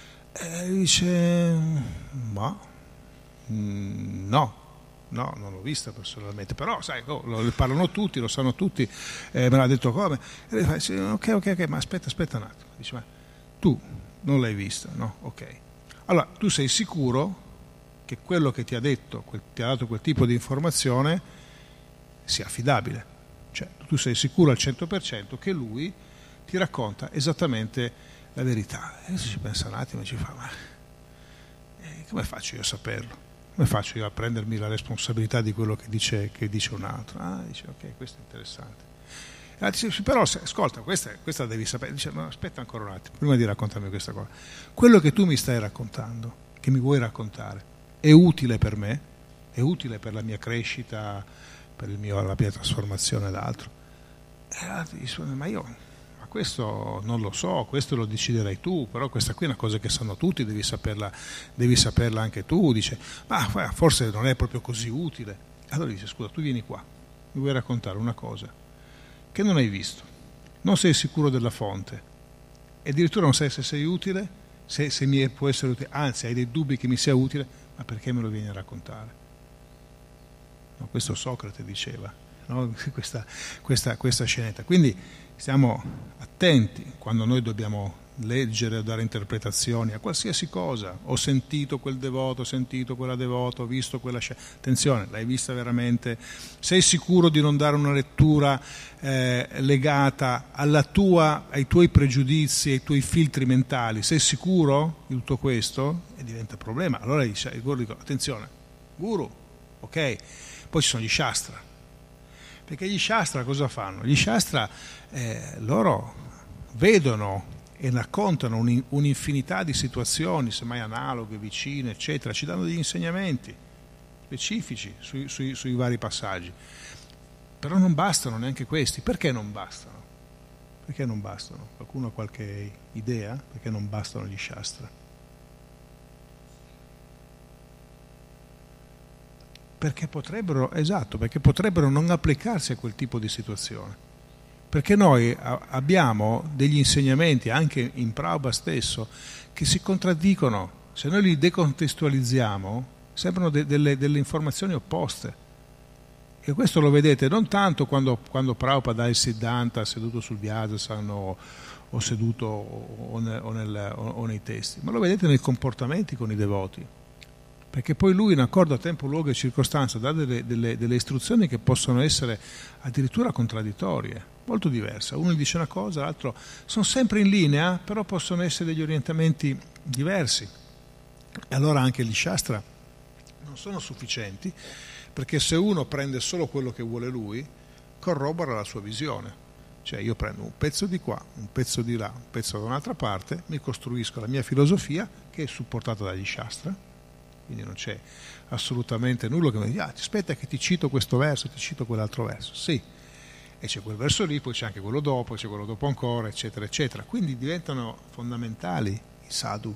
E dice ma no, no, non l'ho vista personalmente, però sai, oh, lo parlano tutti, lo sanno tutti, eh, me l'ha detto come, e dice, ok, ok, ok, ma aspetta, aspetta un attimo, dice ma tu non l'hai vista, no? Ok, allora tu sei sicuro che quello che ti ha detto, quel, ti ha dato quel tipo di informazione sia affidabile, cioè tu sei sicuro al cento per cento che lui ti racconta esattamente la verità. E adesso ci pensa un attimo e ci fa ma eh, come faccio io a saperlo? Come faccio io a prendermi la responsabilità di quello che dice, che dice un altro? Ah, dice ok, questo è interessante. E dice, però se, ascolta, questa, questa devi sapere. Dice no, aspetta ancora un attimo prima di raccontarmi questa cosa. Quello che tu mi stai raccontando, che mi vuoi raccontare, è utile per me, è utile per la mia crescita, per il mio, la mia trasformazione ed altro. E allora ti dice, ma io, ma questo non lo so, questo lo deciderai tu, però questa qui è una cosa che sanno tutti, devi saperla, devi saperla anche tu. Dice, ma forse non è proprio così utile. Allora dice, scusa, tu vieni qua, mi vuoi raccontare una cosa che non hai visto, non sei sicuro della fonte e addirittura non sai se sei utile, se, se mi può essere utile, anzi hai dei dubbi che mi sia utile, ma perché me lo vieni a raccontare? No, questo Socrate diceva, no? questa, questa, questa scenetta. Quindi stiamo attenti quando noi dobbiamo leggere o dare interpretazioni a qualsiasi cosa. Ho sentito quel devoto, ho sentito quella devota, ho visto quella scena. Attenzione, l'hai vista veramente? Sei sicuro di non dare una lettura eh, legata alla tua, ai tuoi pregiudizi, ai tuoi filtri mentali? Sei sicuro di tutto questo? E diventa problema. Allora il guru dice, attenzione, guru, ok? Poi ci sono gli Shastra. Perché gli Shastra cosa fanno? Gli Shastra eh, loro vedono e raccontano un'infinità di situazioni, semmai analoghe, vicine, eccetera, ci danno degli insegnamenti specifici sui, sui, sui vari passaggi. Però non bastano neanche questi. Perché non bastano? Perché non bastano? Qualcuno ha qualche idea? Perché non bastano gli Shastra? Perché potrebbero, esatto, perché potrebbero non applicarsi a quel tipo di situazione. Perché noi abbiamo degli insegnamenti, anche in Prabhupada stesso, che si contraddicono. Se noi li decontestualizziamo, sembrano de- delle, delle informazioni opposte. E questo lo vedete non tanto quando, quando Prabhupada dà il Siddhanta seduto sul Vyasasan o, o seduto o, nel, o, nel, o nei testi, ma lo vedete nei comportamenti con i devoti. Perché poi lui, in accordo a tempo, luogo e circostanza, dà delle, delle, delle istruzioni che possono essere addirittura contraddittorie, molto diverse. Uno dice una cosa, l'altro sono sempre in linea, però possono essere degli orientamenti diversi. E allora anche gli Shastra non sono sufficienti, perché se uno prende solo quello che vuole lui, corrobora la sua visione. Cioè io prendo un pezzo di qua, un pezzo di là, un pezzo da un'altra parte, mi costruisco la mia filosofia, che è supportata dagli Shastra. Quindi non c'è assolutamente nulla che mi dica, ah, aspetta che ti cito questo verso, ti cito quell'altro verso. Sì, e c'è quel verso lì, poi c'è anche quello dopo, c'è quello dopo ancora, eccetera, eccetera. Quindi diventano fondamentali i sadhu.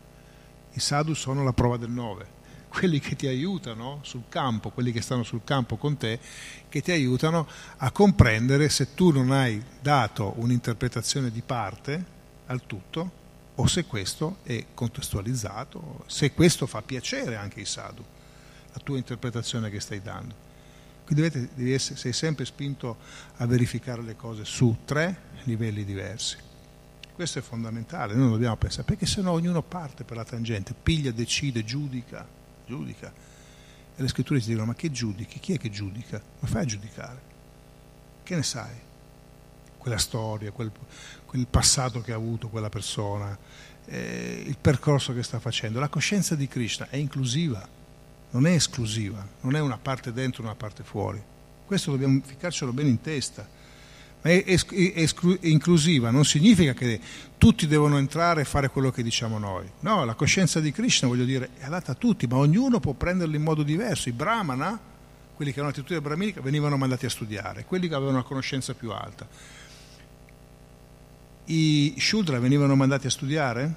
I sadhu sono la prova del nove, quelli che ti aiutano sul campo, quelli che stanno sul campo con te, che ti aiutano a comprendere se tu non hai dato un'interpretazione di parte al tutto, o se questo è contestualizzato, se questo fa piacere anche ai sadhu, la tua interpretazione che stai dando. Quindi vedete, devi essere, sei sempre spinto a verificare le cose su tre livelli diversi. Questo è fondamentale, noi non dobbiamo pensare, perché sennò ognuno parte per la tangente, piglia, decide, giudica, giudica. E le scritture ti dicono, ma che giudichi? Chi è che giudica? Come fai a giudicare? Che ne sai? Quella storia, quel, quel passato che ha avuto quella persona, eh, il percorso che sta facendo. La coscienza di Krishna è inclusiva, non è esclusiva, non è una parte dentro e una parte fuori. Questo dobbiamo ficarcelo bene in testa. Ma è, è, è, è inclusiva non significa che tutti devono entrare e fare quello che diciamo noi. No, la coscienza di Krishna, voglio dire, è adatta a tutti, ma ognuno può prenderla in modo diverso. I brahmana, quelli che avevano un'attitudine brahminica, venivano mandati a studiare, quelli che avevano una conoscenza più alta. I Shudra venivano mandati a studiare?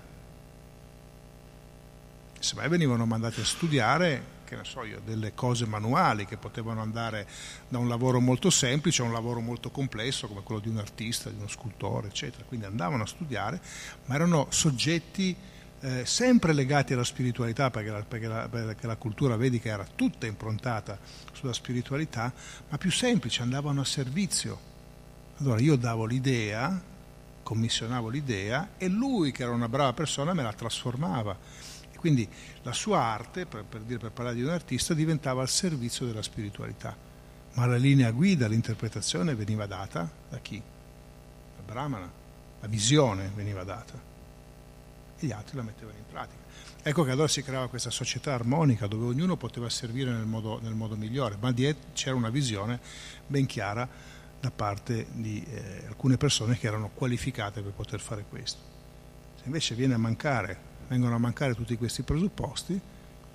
Semmai venivano mandati a studiare, che ne so io, delle cose manuali che potevano andare da un lavoro molto semplice a un lavoro molto complesso come quello di un artista, di uno scultore, eccetera. Quindi andavano a studiare, ma erano soggetti eh, sempre legati alla spiritualità, perché la, perché, la, perché la cultura vedica era tutta improntata sulla spiritualità, ma più semplice, andavano a servizio. Allora io davo l'idea, commissionavo l'idea e lui, che era una brava persona, me la trasformava. E quindi la sua arte, per, per, dire, per parlare di un artista, diventava al servizio della spiritualità. Ma la linea guida, l'interpretazione veniva data da chi? Da Brahmana. La visione veniva data. E gli altri la mettevano in pratica. Ecco che allora si creava questa società armonica dove ognuno poteva servire nel modo, nel modo migliore, ma dietro c'era una visione ben chiara da parte di eh, alcune persone che erano qualificate per poter fare questo. Se invece viene a mancare, vengono a mancare tutti questi presupposti,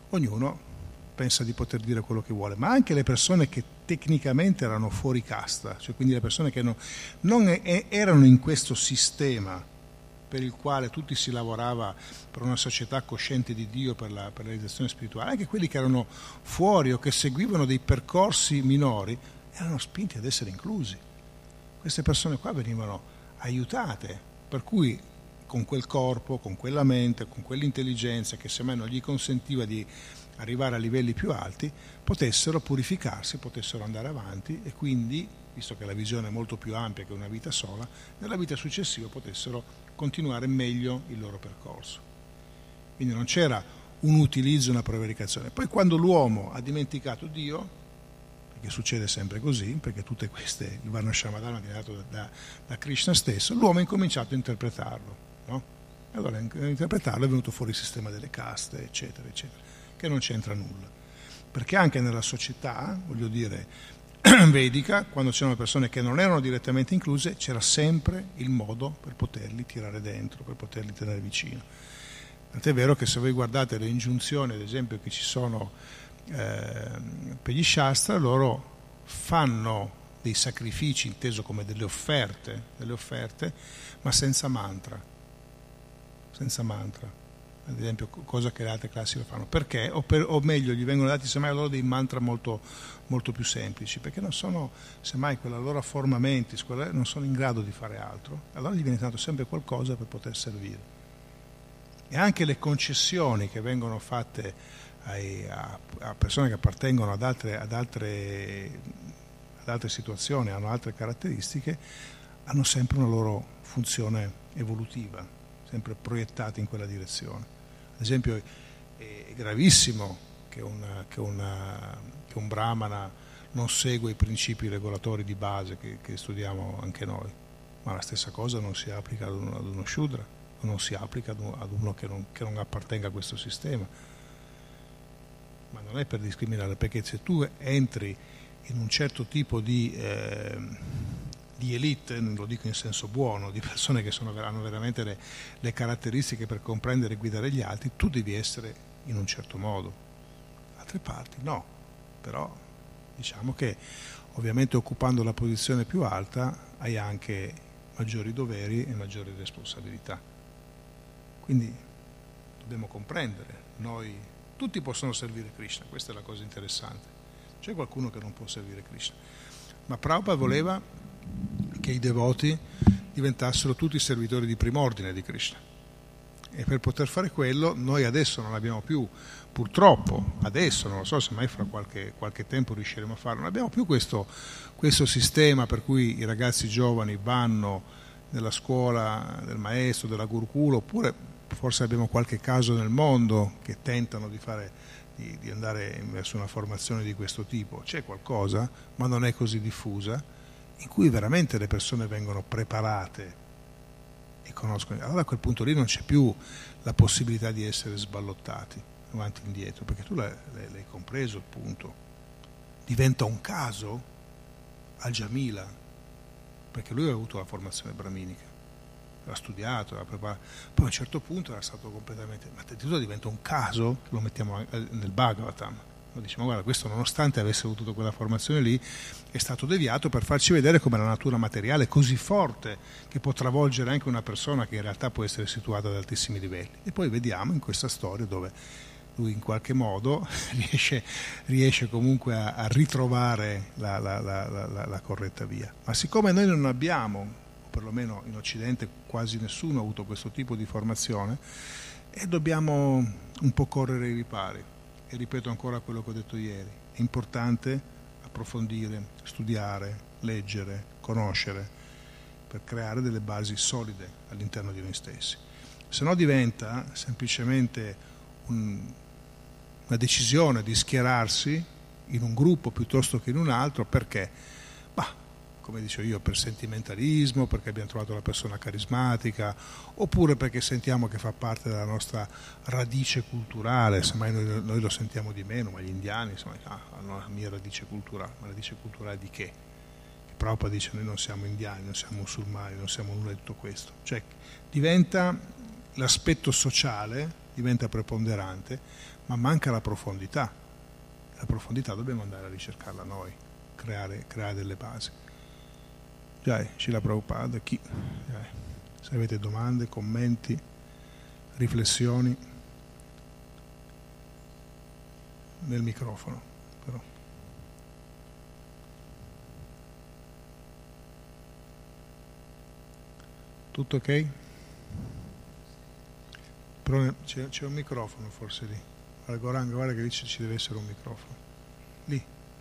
ognuno pensa di poter dire quello che vuole, ma anche le persone che tecnicamente erano fuori casta, cioè quindi le persone che no, non e, erano in questo sistema per il quale tutti si lavorava per una società cosciente di Dio, per la, per la realizzazione spirituale, anche quelli che erano fuori o che seguivano dei percorsi minori erano spinti ad essere inclusi. Queste persone qua venivano aiutate, per cui con quel corpo, con quella mente, con quell'intelligenza che semmai non gli consentiva di arrivare a livelli più alti, potessero purificarsi, potessero andare avanti e quindi, visto che la visione è molto più ampia che una vita sola, nella vita successiva potessero continuare meglio il loro percorso. Quindi non c'era un utilizzo, una prevaricazione. Poi quando l'uomo ha dimenticato Dio, perché succede sempre così, perché tutte queste, il Varnashramadana è nato da, da, da Krishna stesso, l'uomo ha incominciato a interpretarlo, no? E allora a interpretarlo è venuto fuori il sistema delle caste, eccetera, eccetera, che non c'entra nulla. Perché anche nella società, voglio dire, vedica, quando c'erano persone che non erano direttamente incluse, c'era sempre il modo per poterli tirare dentro, per poterli tenere vicino. Tant'è vero che se voi guardate le ingiunzioni, ad esempio, che ci sono eh, per gli Shastra, loro fanno dei sacrifici, inteso come delle offerte, delle offerte, ma senza mantra, senza mantra. Ad esempio, cosa che le altre classi lo fanno. Perché? O, per, o meglio, gli vengono dati semmai a loro dei mantra molto, molto più semplici, perché non sono, semmai quella loro forma mentis, quella, non sono in grado di fare altro. Allora gli viene dato sempre qualcosa per poter servire. E anche le concessioni che vengono fatte ai, a, a persone che appartengono ad altre, ad, altre, ad altre situazioni, hanno altre caratteristiche, hanno sempre una loro funzione evolutiva, sempre proiettate in quella direzione. Ad esempio è gravissimo che, una, che, una, che un brahmana non segue i principi regolatori di base che, che studiamo anche noi, ma la stessa cosa non si applica ad uno, ad uno shudra, non si applica ad uno, ad uno che, non, che non appartenga a questo sistema. Ma non è per discriminare, perché se tu entri in un certo tipo di, eh, di elite, non lo dico in senso buono, di persone che sono, hanno veramente le, le caratteristiche per comprendere e guidare gli altri, tu devi essere in un certo modo. Altre parti no, però diciamo che ovviamente occupando la posizione più alta hai anche maggiori doveri e maggiori responsabilità. Quindi dobbiamo comprendere, noi tutti possono servire Krishna, questa è la cosa interessante. C'è qualcuno che non può servire Krishna, ma Prabhupada voleva che i devoti diventassero tutti servitori di prim'ordine di Krishna, e per poter fare quello noi adesso non abbiamo più, purtroppo adesso, non lo so se mai fra qualche, qualche tempo riusciremo a farlo, non abbiamo più questo, questo sistema per cui i ragazzi giovani vanno nella scuola del maestro, della Gurukula, oppure forse abbiamo qualche caso nel mondo che tentano di fare, di, di andare verso una formazione di questo tipo. C'è qualcosa, ma non è così diffusa, in cui veramente le persone vengono preparate e conoscono. Allora a quel punto lì non c'è più la possibilità di essere sballottati avanti e indietro, perché tu l'hai, l'hai compreso il punto. Diventa un caso al Jamila, perché lui aveva avuto la formazione brahminica, aveva studiato, aveva preparato, poi a un certo punto era stato completamente, ma addirittura diventa un caso che lo mettiamo nel Bhagavatam. Lo diciamo, guarda, questo nonostante avesse avuto quella formazione lì è stato deviato per farci vedere come la natura materiale è così forte che può travolgere anche una persona che in realtà può essere situata ad altissimi livelli. E poi vediamo in questa storia dove lui in qualche modo riesce, riesce comunque a, a ritrovare la, la, la, la, la corretta via. Ma siccome noi non abbiamo, o perlomeno in Occidente quasi nessuno ha avuto questo tipo di formazione, e dobbiamo un po' correre ai ripari. E ripeto ancora quello che ho detto ieri, è importante approfondire, studiare, leggere, conoscere, per creare delle basi solide all'interno di noi stessi. Se no diventa semplicemente un, una decisione di schierarsi in un gruppo piuttosto che in un altro, perché? Bah, come dicevo io, per sentimentalismo, perché abbiamo trovato la persona carismatica, oppure perché sentiamo che fa parte della nostra radice culturale, semmai noi, noi lo sentiamo di meno, ma gli indiani insomma, ah, hanno la mia radice culturale. Ma radice culturale di che? Che Prabhupada dice noi non siamo indiani, non siamo musulmani, non siamo nulla di tutto questo. Cioè diventa l'aspetto sociale diventa preponderante, ma manca la profondità. La profondità dobbiamo andare a ricercarla noi, creare, creare delle basi. Jai, Srila Prabhupada, chi? Jai. Se avete domande, commenti, riflessioni, nel microfono però. Tutto ok? Però c'è, c'è un microfono forse lì. Al Goranga, guarda che lì ci deve essere un microfono. Lì.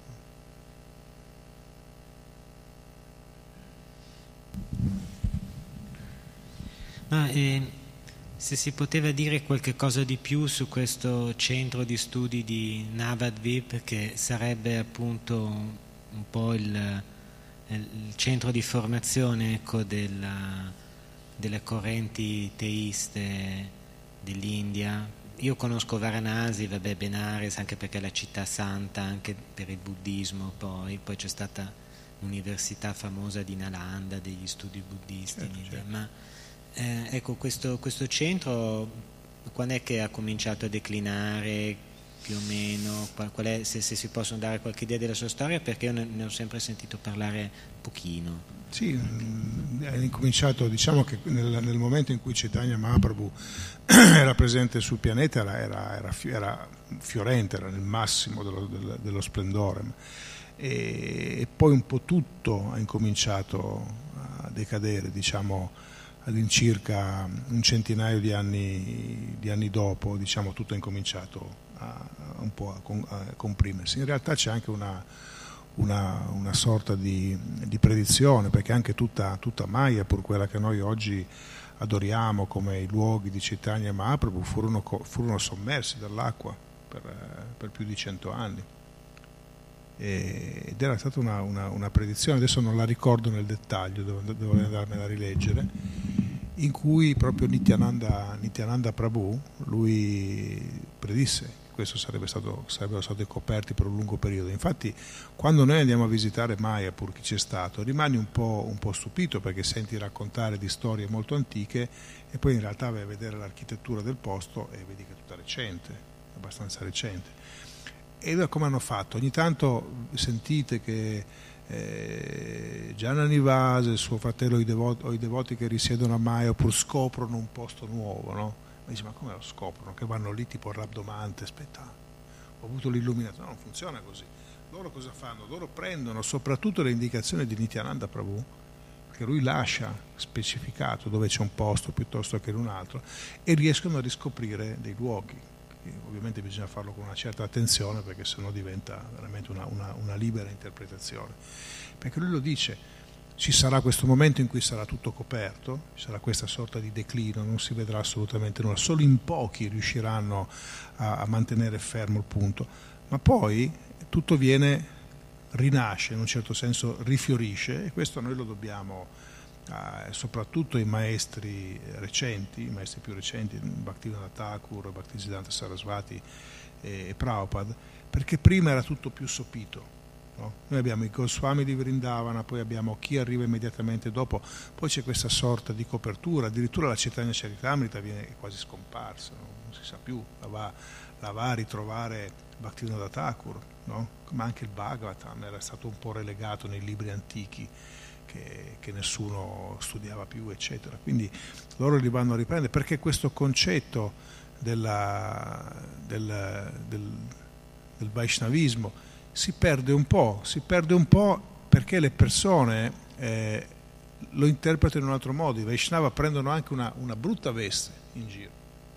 Ma eh, se si poteva dire qualche cosa di più su questo centro di studi di Navadvip, che sarebbe appunto un po' il, il centro di formazione, ecco, della, delle correnti teiste dell'India. Io conosco Varanasi, vabbè, Benares, anche perché è la città santa anche per il buddismo, poi, poi c'è stata l'università famosa di Nalanda degli studi buddisti, certo, in India. Certo. Ma eh, ecco, questo, questo centro quando è che ha cominciato a declinare più o meno? Qual, qual è, se, se si possono dare qualche idea della sua storia, perché io ne, ne ho sempre sentito parlare pochino. Sì, è incominciato, diciamo che nel, nel momento in cui Chaitanya Mahaprabhu era presente sul pianeta era, era, era, era fiorente, era nel massimo dello, dello, dello splendore, e, e poi un po' tutto ha incominciato a decadere, diciamo all'incirca un centinaio di anni, di anni dopo, diciamo tutto è incominciato a, un po' a, a comprimersi. In realtà c'è anche una Una, una sorta di, di predizione, perché anche tutta, tutta Mayapur, quella che noi oggi adoriamo come i luoghi di Chaitanya Mahaprabhu, furono, furono sommersi dall'acqua per, per più di cento anni, e, ed era stata una, una, una predizione, adesso non la ricordo nel dettaglio, devo, devo andarmela a rileggere, in cui proprio Nityananda, Nityananda Prabhu, lui predisse questo sarebbe stato, sarebbero stati coperti per un lungo periodo. Infatti quando noi andiamo a visitare Mayapur, chi c'è stato, rimani un po', un po' stupito, perché senti raccontare di storie molto antiche e poi in realtà vai a vedere l'architettura del posto e vedi che è tutta recente, abbastanza recente. E come hanno fatto? Ogni tanto sentite che eh, Jana Nivas, il suo fratello o i devoti, o i devoti che risiedono a Mayapur scoprono un posto nuovo, no? Ma dice, ma come lo scoprono? Che vanno lì tipo Rabdomante, aspetta, ho avuto l'illuminazione. No, non funziona così. Loro cosa fanno? Loro prendono soprattutto le indicazioni di Nityananda Prabhu, che lui lascia specificato dove c'è un posto piuttosto che in un altro, e riescono a riscoprire dei luoghi. E ovviamente bisogna farlo con una certa attenzione, perché sennò diventa veramente una, una, una libera interpretazione. Perché lui lo dice, ci sarà questo momento in cui sarà tutto coperto, ci sarà questa sorta di declino, non si vedrà assolutamente nulla, solo in pochi riusciranno a, a mantenere fermo il punto, ma poi tutto viene, rinasce, in un certo senso rifiorisce, e questo noi lo dobbiamo eh, soprattutto ai maestri recenti, i maestri più recenti, Bhaktivinoda Thakur, Bhaktisiddhanta Sarasvati e, e Prabhupada, perché prima era tutto più sopito. No? Noi abbiamo i Goswami di Vrindavana, poi abbiamo chi arriva immediatamente dopo, poi c'è questa sorta di copertura, addirittura la Chaitanya Charitamrita viene quasi scomparsa, no? Non si sa più, la va, la va a ritrovare Bhaktivinoda Thakur, no? Ma anche il Bhagavatam era stato un po' relegato nei libri antichi che, che nessuno studiava più, eccetera. Quindi loro li vanno a riprendere, perché questo concetto della, del, del, del Vaishnavismo si perde un po', si perde un po' perché le persone eh, lo interpretano in un altro modo. I Vaishnava prendono anche una, una brutta veste in giro.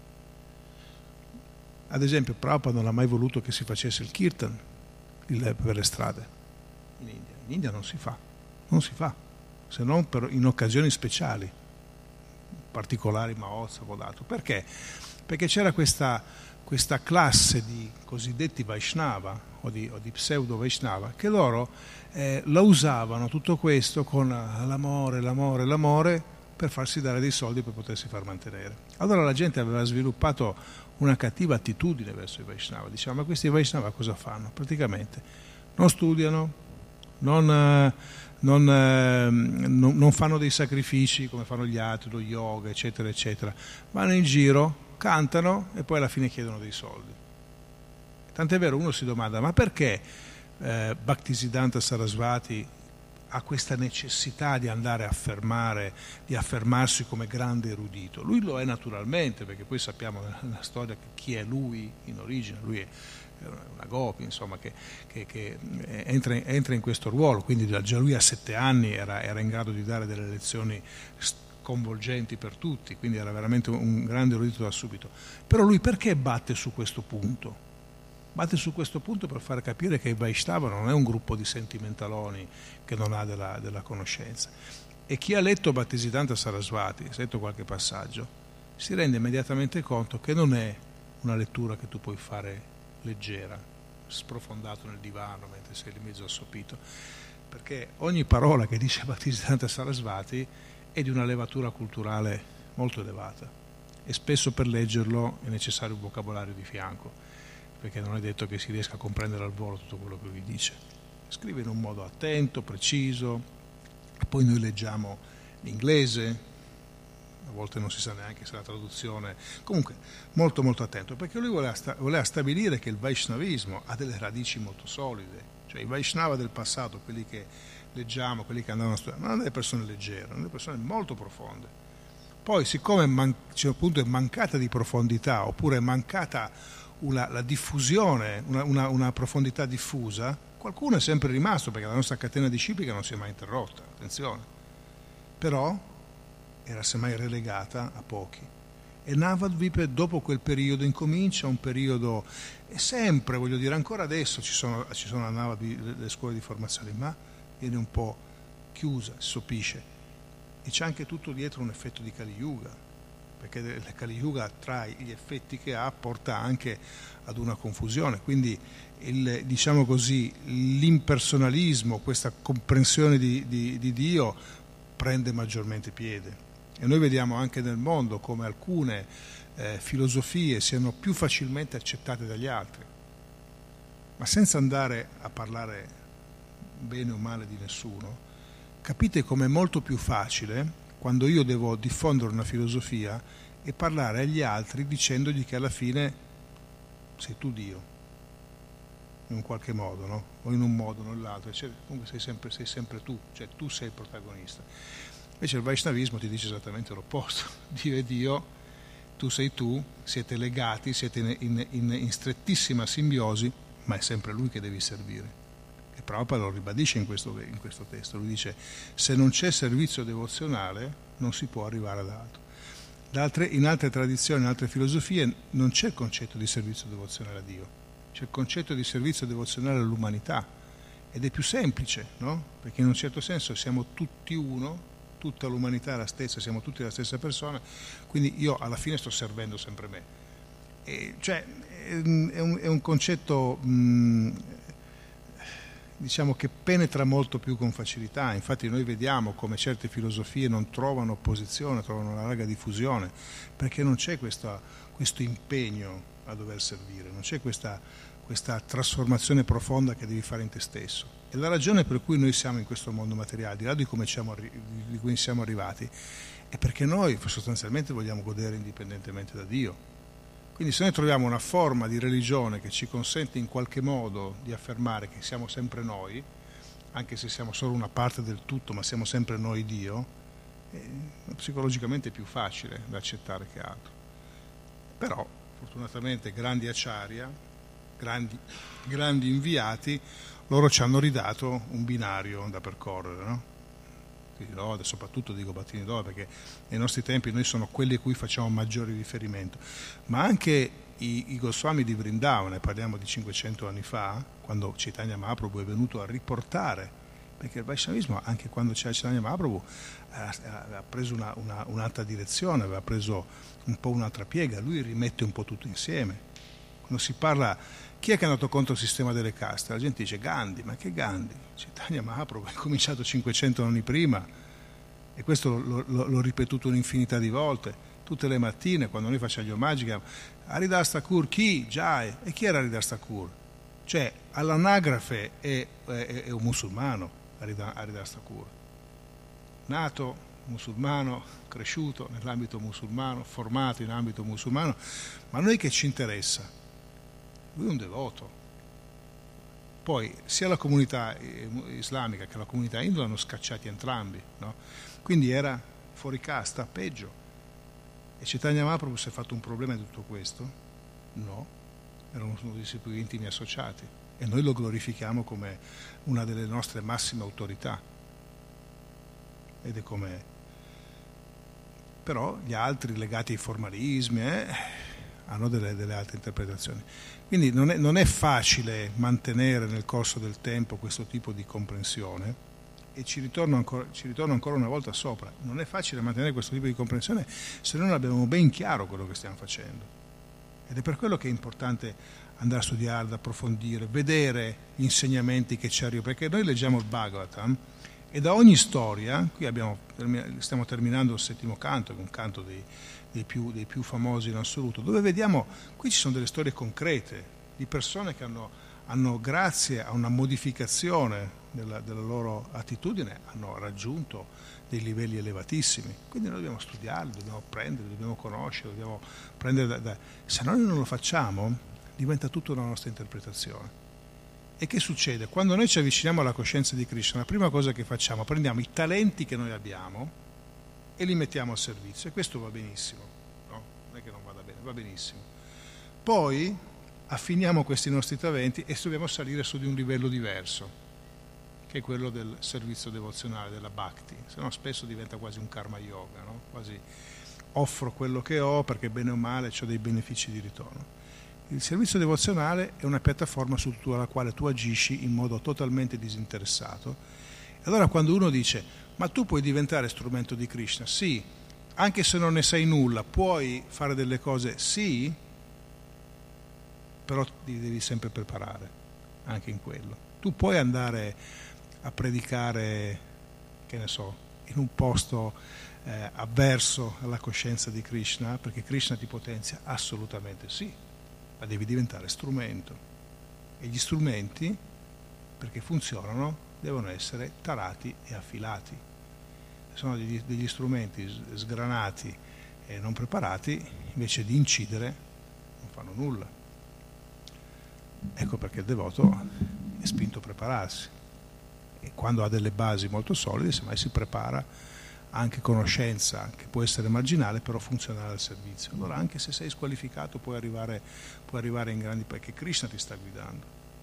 Ad esempio Prabhupada non ha mai voluto che si facesse il kirtan il, per le strade in India. In India non si fa, non si fa, se non per, in occasioni speciali, particolari Mahotsav dato. Perché? Perché c'era questa, questa classe di cosiddetti Vaishnava o di, o di pseudo Vaishnava, che loro eh, la usavano tutto questo con l'amore, l'amore, l'amore, per farsi dare dei soldi per potersi far mantenere. Allora la gente aveva sviluppato una cattiva attitudine verso i Vaishnava, diceva, ma questi Vaishnava cosa fanno? Praticamente non studiano, non, eh, non, eh, non, non fanno dei sacrifici come fanno gli altri, lo yoga, eccetera, eccetera, vanno in giro cantano e poi alla fine chiedono dei soldi. Tant'è vero, uno si domanda, ma perché eh, Bhaktisiddhanta Sarasvati ha questa necessità di andare a affermare, di affermarsi come grande erudito? Lui lo è naturalmente, perché poi sappiamo nella storia chi è lui in origine. Lui è una gopi, insomma, che, che, che entra, in, entra in questo ruolo, quindi già lui a sette anni era, era in grado di dare delle lezioni sconvolgenti per tutti, quindi era veramente un grande erudito da subito. Però lui perché batte su questo punto? Batte su questo punto per far capire che il Vaishnava non è un gruppo di sentimentaloni che non ha della, della conoscenza. E chi ha letto Bhaktisiddhanta Sarasvati, ha letto qualche passaggio, si rende immediatamente conto che non è una lettura che tu puoi fare leggera, sprofondato nel divano mentre sei lì mezzo assopito, perché ogni parola che dice Bhaktisiddhanta Sarasvati è di una levatura culturale molto elevata e spesso per leggerlo è necessario un vocabolario di fianco, perché non è detto che si riesca a comprendere al volo tutto quello che lui dice. Scrive in un modo attento, preciso, e poi noi leggiamo l'inglese, a volte non si sa neanche se la traduzione, comunque molto molto attento, perché lui voleva, sta, voleva stabilire che il Vaishnavismo ha delle radici molto solide, cioè i Vaishnava del passato, quelli che leggiamo, quelli che andavano a studiare, non erano delle persone leggere, erano delle persone molto profonde. Poi siccome man, cioè, appunto, è mancata di profondità, oppure è mancata una, la diffusione, una, una, una profondità diffusa, qualcuno è sempre rimasto, perché la nostra catena disciplica non si è mai interrotta, attenzione, però era semmai relegata a pochi. E Navadvip dopo quel periodo incomincia un periodo, e sempre, voglio dire, ancora adesso ci sono, ci sono a Navadvip le scuole di formazione, ma viene un po' chiusa, si sopisce, e c'è anche tutto dietro un effetto di Kali Yuga, perché il Kali Yuga tra gli effetti che ha porta anche ad una confusione, quindi il, diciamo così, l'impersonalismo, questa comprensione di, di, di Dio prende maggiormente piede. E noi vediamo anche nel mondo come alcune eh, filosofie siano più facilmente accettate dagli altri, ma senza andare a parlare bene o male di nessuno. Capite com'è molto più facile quando io devo diffondere una filosofia e parlare agli altri dicendogli che alla fine sei tu Dio, in un qualche modo, no? O in un modo o nell'altro, cioè, comunque sei sempre, sei sempre tu, cioè tu sei il protagonista. Invece il Vaishnavismo ti dice esattamente l'opposto: Dio è Dio, tu sei tu, siete legati, siete in, in, in, in strettissima simbiosi, ma è sempre Lui che devi servire. E Prabhupada lo ribadisce in questo, in questo testo, lui dice: se non c'è servizio devozionale non si può arrivare ad altro. D'altre, in altre tradizioni, in altre filosofie non c'è il concetto di servizio devozionale a Dio, c'è il concetto di servizio devozionale all'umanità, ed è più semplice, no? Perché in un certo senso siamo tutti uno, tutta l'umanità è la stessa, siamo tutti la stessa persona, quindi io alla fine sto servendo sempre me. E cioè è un, è un concetto mh, diciamo che penetra molto più con facilità. Infatti noi vediamo come certe filosofie non trovano opposizione, trovano una larga diffusione, perché non c'è questa, questo impegno a dover servire, non c'è questa, questa trasformazione profonda che devi fare in te stesso. E la ragione per cui noi siamo in questo mondo materiale, al di là di come siamo, di cui siamo arrivati, è perché noi sostanzialmente vogliamo godere indipendentemente da Dio. Quindi se noi troviamo una forma di religione che ci consente in qualche modo di affermare che siamo sempre noi, anche se siamo solo una parte del tutto, ma siamo sempre noi Dio, è psicologicamente più facile da accettare che altro. Però, fortunatamente, grandi acharya, grandi, grandi inviati, loro ci hanno ridato un binario da percorrere, no? Lode, soprattutto dico Bhattini Lode, perché nei nostri tempi noi sono quelli a cui facciamo maggiori riferimento, ma anche i, i Goswami di Vrindavan, ne parliamo di cinquecento anni fa, quando Chaitanya Mahaprabhu è venuto a riportare, perché il Vaishnavismo anche quando c'era Chaitanya Mahaprabhu aveva preso una, una, un'altra direzione, aveva preso un po' un'altra piega, lui rimette un po' tutto insieme. Quando si parla, chi è che è andato contro il sistema delle caste? La gente dice Gandhi, ma che Gandhi? Chaitanya Mahaprabhu è cominciato cinquecento anni prima, e questo l'ho, l'ho, l'ho ripetuto un'infinità di volte, tutte le mattine quando noi facciamo gli omaggi. Haridas Thakur, chi? Jai. E chi era Haridas Thakur? Cioè all'anagrafe è, è, è un musulmano Haridas Thakur, nato musulmano, cresciuto nell'ambito musulmano, formato in ambito musulmano, ma a noi che ci interessa? Lui è un devoto. Poi sia la comunità islamica che la comunità indo l'hanno scacciati entrambi, no? Quindi era fuori casta, peggio. E Chaitanya Mahaprabhu si è fatto un problema di tutto questo? No, era uno dei suoi più intimi associati e noi lo glorifichiamo come una delle nostre massime autorità. Ed è come... Però gli altri legati ai formalismi eh, hanno delle, delle altre interpretazioni. Quindi non è, non è facile mantenere nel corso del tempo questo tipo di comprensione e ci ritorno, ancora, ci ritorno ancora una volta sopra. Non è facile mantenere questo tipo di comprensione se non abbiamo ben chiaro quello che stiamo facendo. Ed è per quello che è importante andare a studiare, ad approfondire, vedere gli insegnamenti che ci arrivano, perché noi leggiamo il Bhagavatam e da ogni storia, qui abbiamo, stiamo terminando il settimo canto, che è un canto dei, dei, più, dei più famosi in assoluto, dove vediamo, qui ci sono delle storie concrete di persone che hanno, hanno grazie a una modificazione della, della loro attitudine, hanno raggiunto dei livelli elevatissimi. Quindi noi dobbiamo studiarli, dobbiamo prendere, dobbiamo conoscere, dobbiamo prendere da, da... Se noi non lo facciamo, diventa tutta una nostra interpretazione. E che succede? Quando noi ci avviciniamo alla coscienza di Krishna, la prima cosa che facciamo, prendiamo i talenti che noi abbiamo e li mettiamo al servizio, e questo va benissimo, no? Non è che non vada bene, va benissimo. Poi affiniamo questi nostri talenti e dobbiamo salire su di un livello diverso, che è quello del servizio devozionale, della bhakti, se no spesso diventa quasi un karma yoga, no? Quasi offro quello che ho perché bene o male ho dei benefici di ritorno. Il servizio devozionale è una piattaforma sulla quale tu agisci in modo totalmente disinteressato. E allora quando uno dice, ma tu puoi diventare strumento di Krishna? Sì, anche se non ne sai nulla, puoi fare delle cose? Sì, però ti devi sempre preparare, anche in quello. Tu puoi andare a predicare, che ne so, in un posto eh, avverso alla coscienza di Krishna, perché Krishna ti potenzia? Assolutamente sì. Ma devi diventare strumento e gli strumenti, perché funzionano, devono essere tarati e affilati. Se sono degli, degli strumenti sgranati e non preparati, invece di incidere non fanno nulla. Ecco perché il devoto è spinto a prepararsi e quando ha delle basi molto solide semmai si prepara anche conoscenza che può essere marginale però funzionale al servizio. Allora anche se sei squalificato puoi arrivare, puoi arrivare in grandi, perché Krishna ti sta guidando.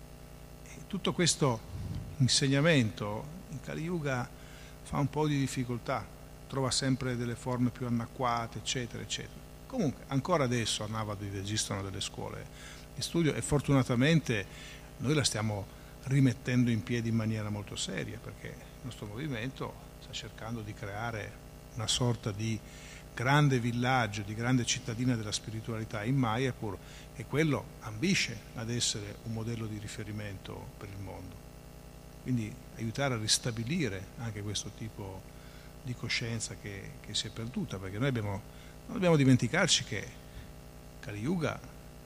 E tutto questo insegnamento in Kali Yuga fa un po' di difficoltà, trova sempre delle forme più anacquate, eccetera, eccetera. Comunque ancora adesso a Navadvip esistono delle scuole di studio e fortunatamente noi la stiamo rimettendo in piedi in maniera molto seria, perché il nostro movimento sta cercando di creare una sorta di grande villaggio, di grande cittadina della spiritualità in Mayapur, e quello ambisce ad essere un modello di riferimento per il mondo. Quindi aiutare a ristabilire anche questo tipo di coscienza che, che si è perduta, perché noi abbiamo, non dobbiamo dimenticarci che Kali Yuga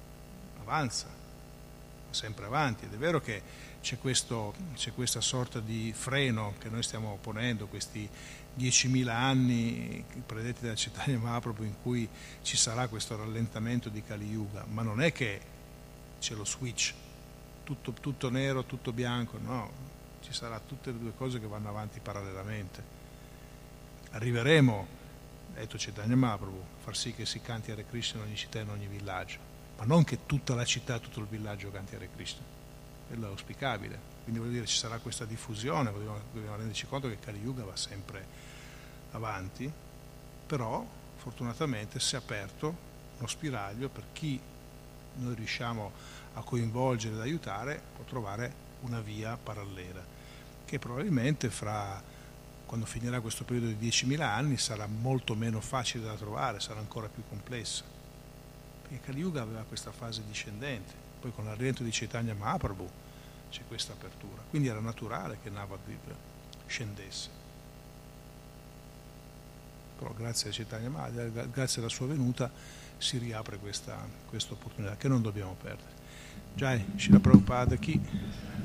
avanza, sempre avanti, ed è vero che c'è, questo, c'è questa sorta di freno che noi stiamo ponendo, questi diecimila anni predetti da Chaitanya Mahaprabhu in cui ci sarà questo rallentamento di Kali Yuga, ma non è che c'è lo switch, tutto, tutto nero, tutto bianco, no, ci sarà tutte le due cose che vanno avanti parallelamente. Arriveremo, ha detto Chaitanya Mahaprabhu, a far sì che si canti Hare Krishna in ogni città e in ogni villaggio, ma non che tutta la città, tutto il villaggio canti Hare Krishna. Quello è auspicabile, quindi vuol dire ci sarà questa diffusione, dobbiamo, dobbiamo renderci conto che Kali Yuga va sempre avanti, però fortunatamente si è aperto uno spiraglio per chi noi riusciamo a coinvolgere ed aiutare, può trovare una via parallela, che probabilmente fra, quando finirà questo periodo di diecimila anni, sarà molto meno facile da trovare, sarà ancora più complessa, perché Kali Yuga aveva questa fase discendente. Poi con l'arriento di Chaitanya Mahaprabhu c'è questa apertura, quindi era naturale che Navadvip scendesse. Però grazie a Chaitanya Mahaprabhu, grazie alla sua venuta, si riapre questa, questa opportunità che non dobbiamo perdere. Jai, Srila Prabhupada Ki.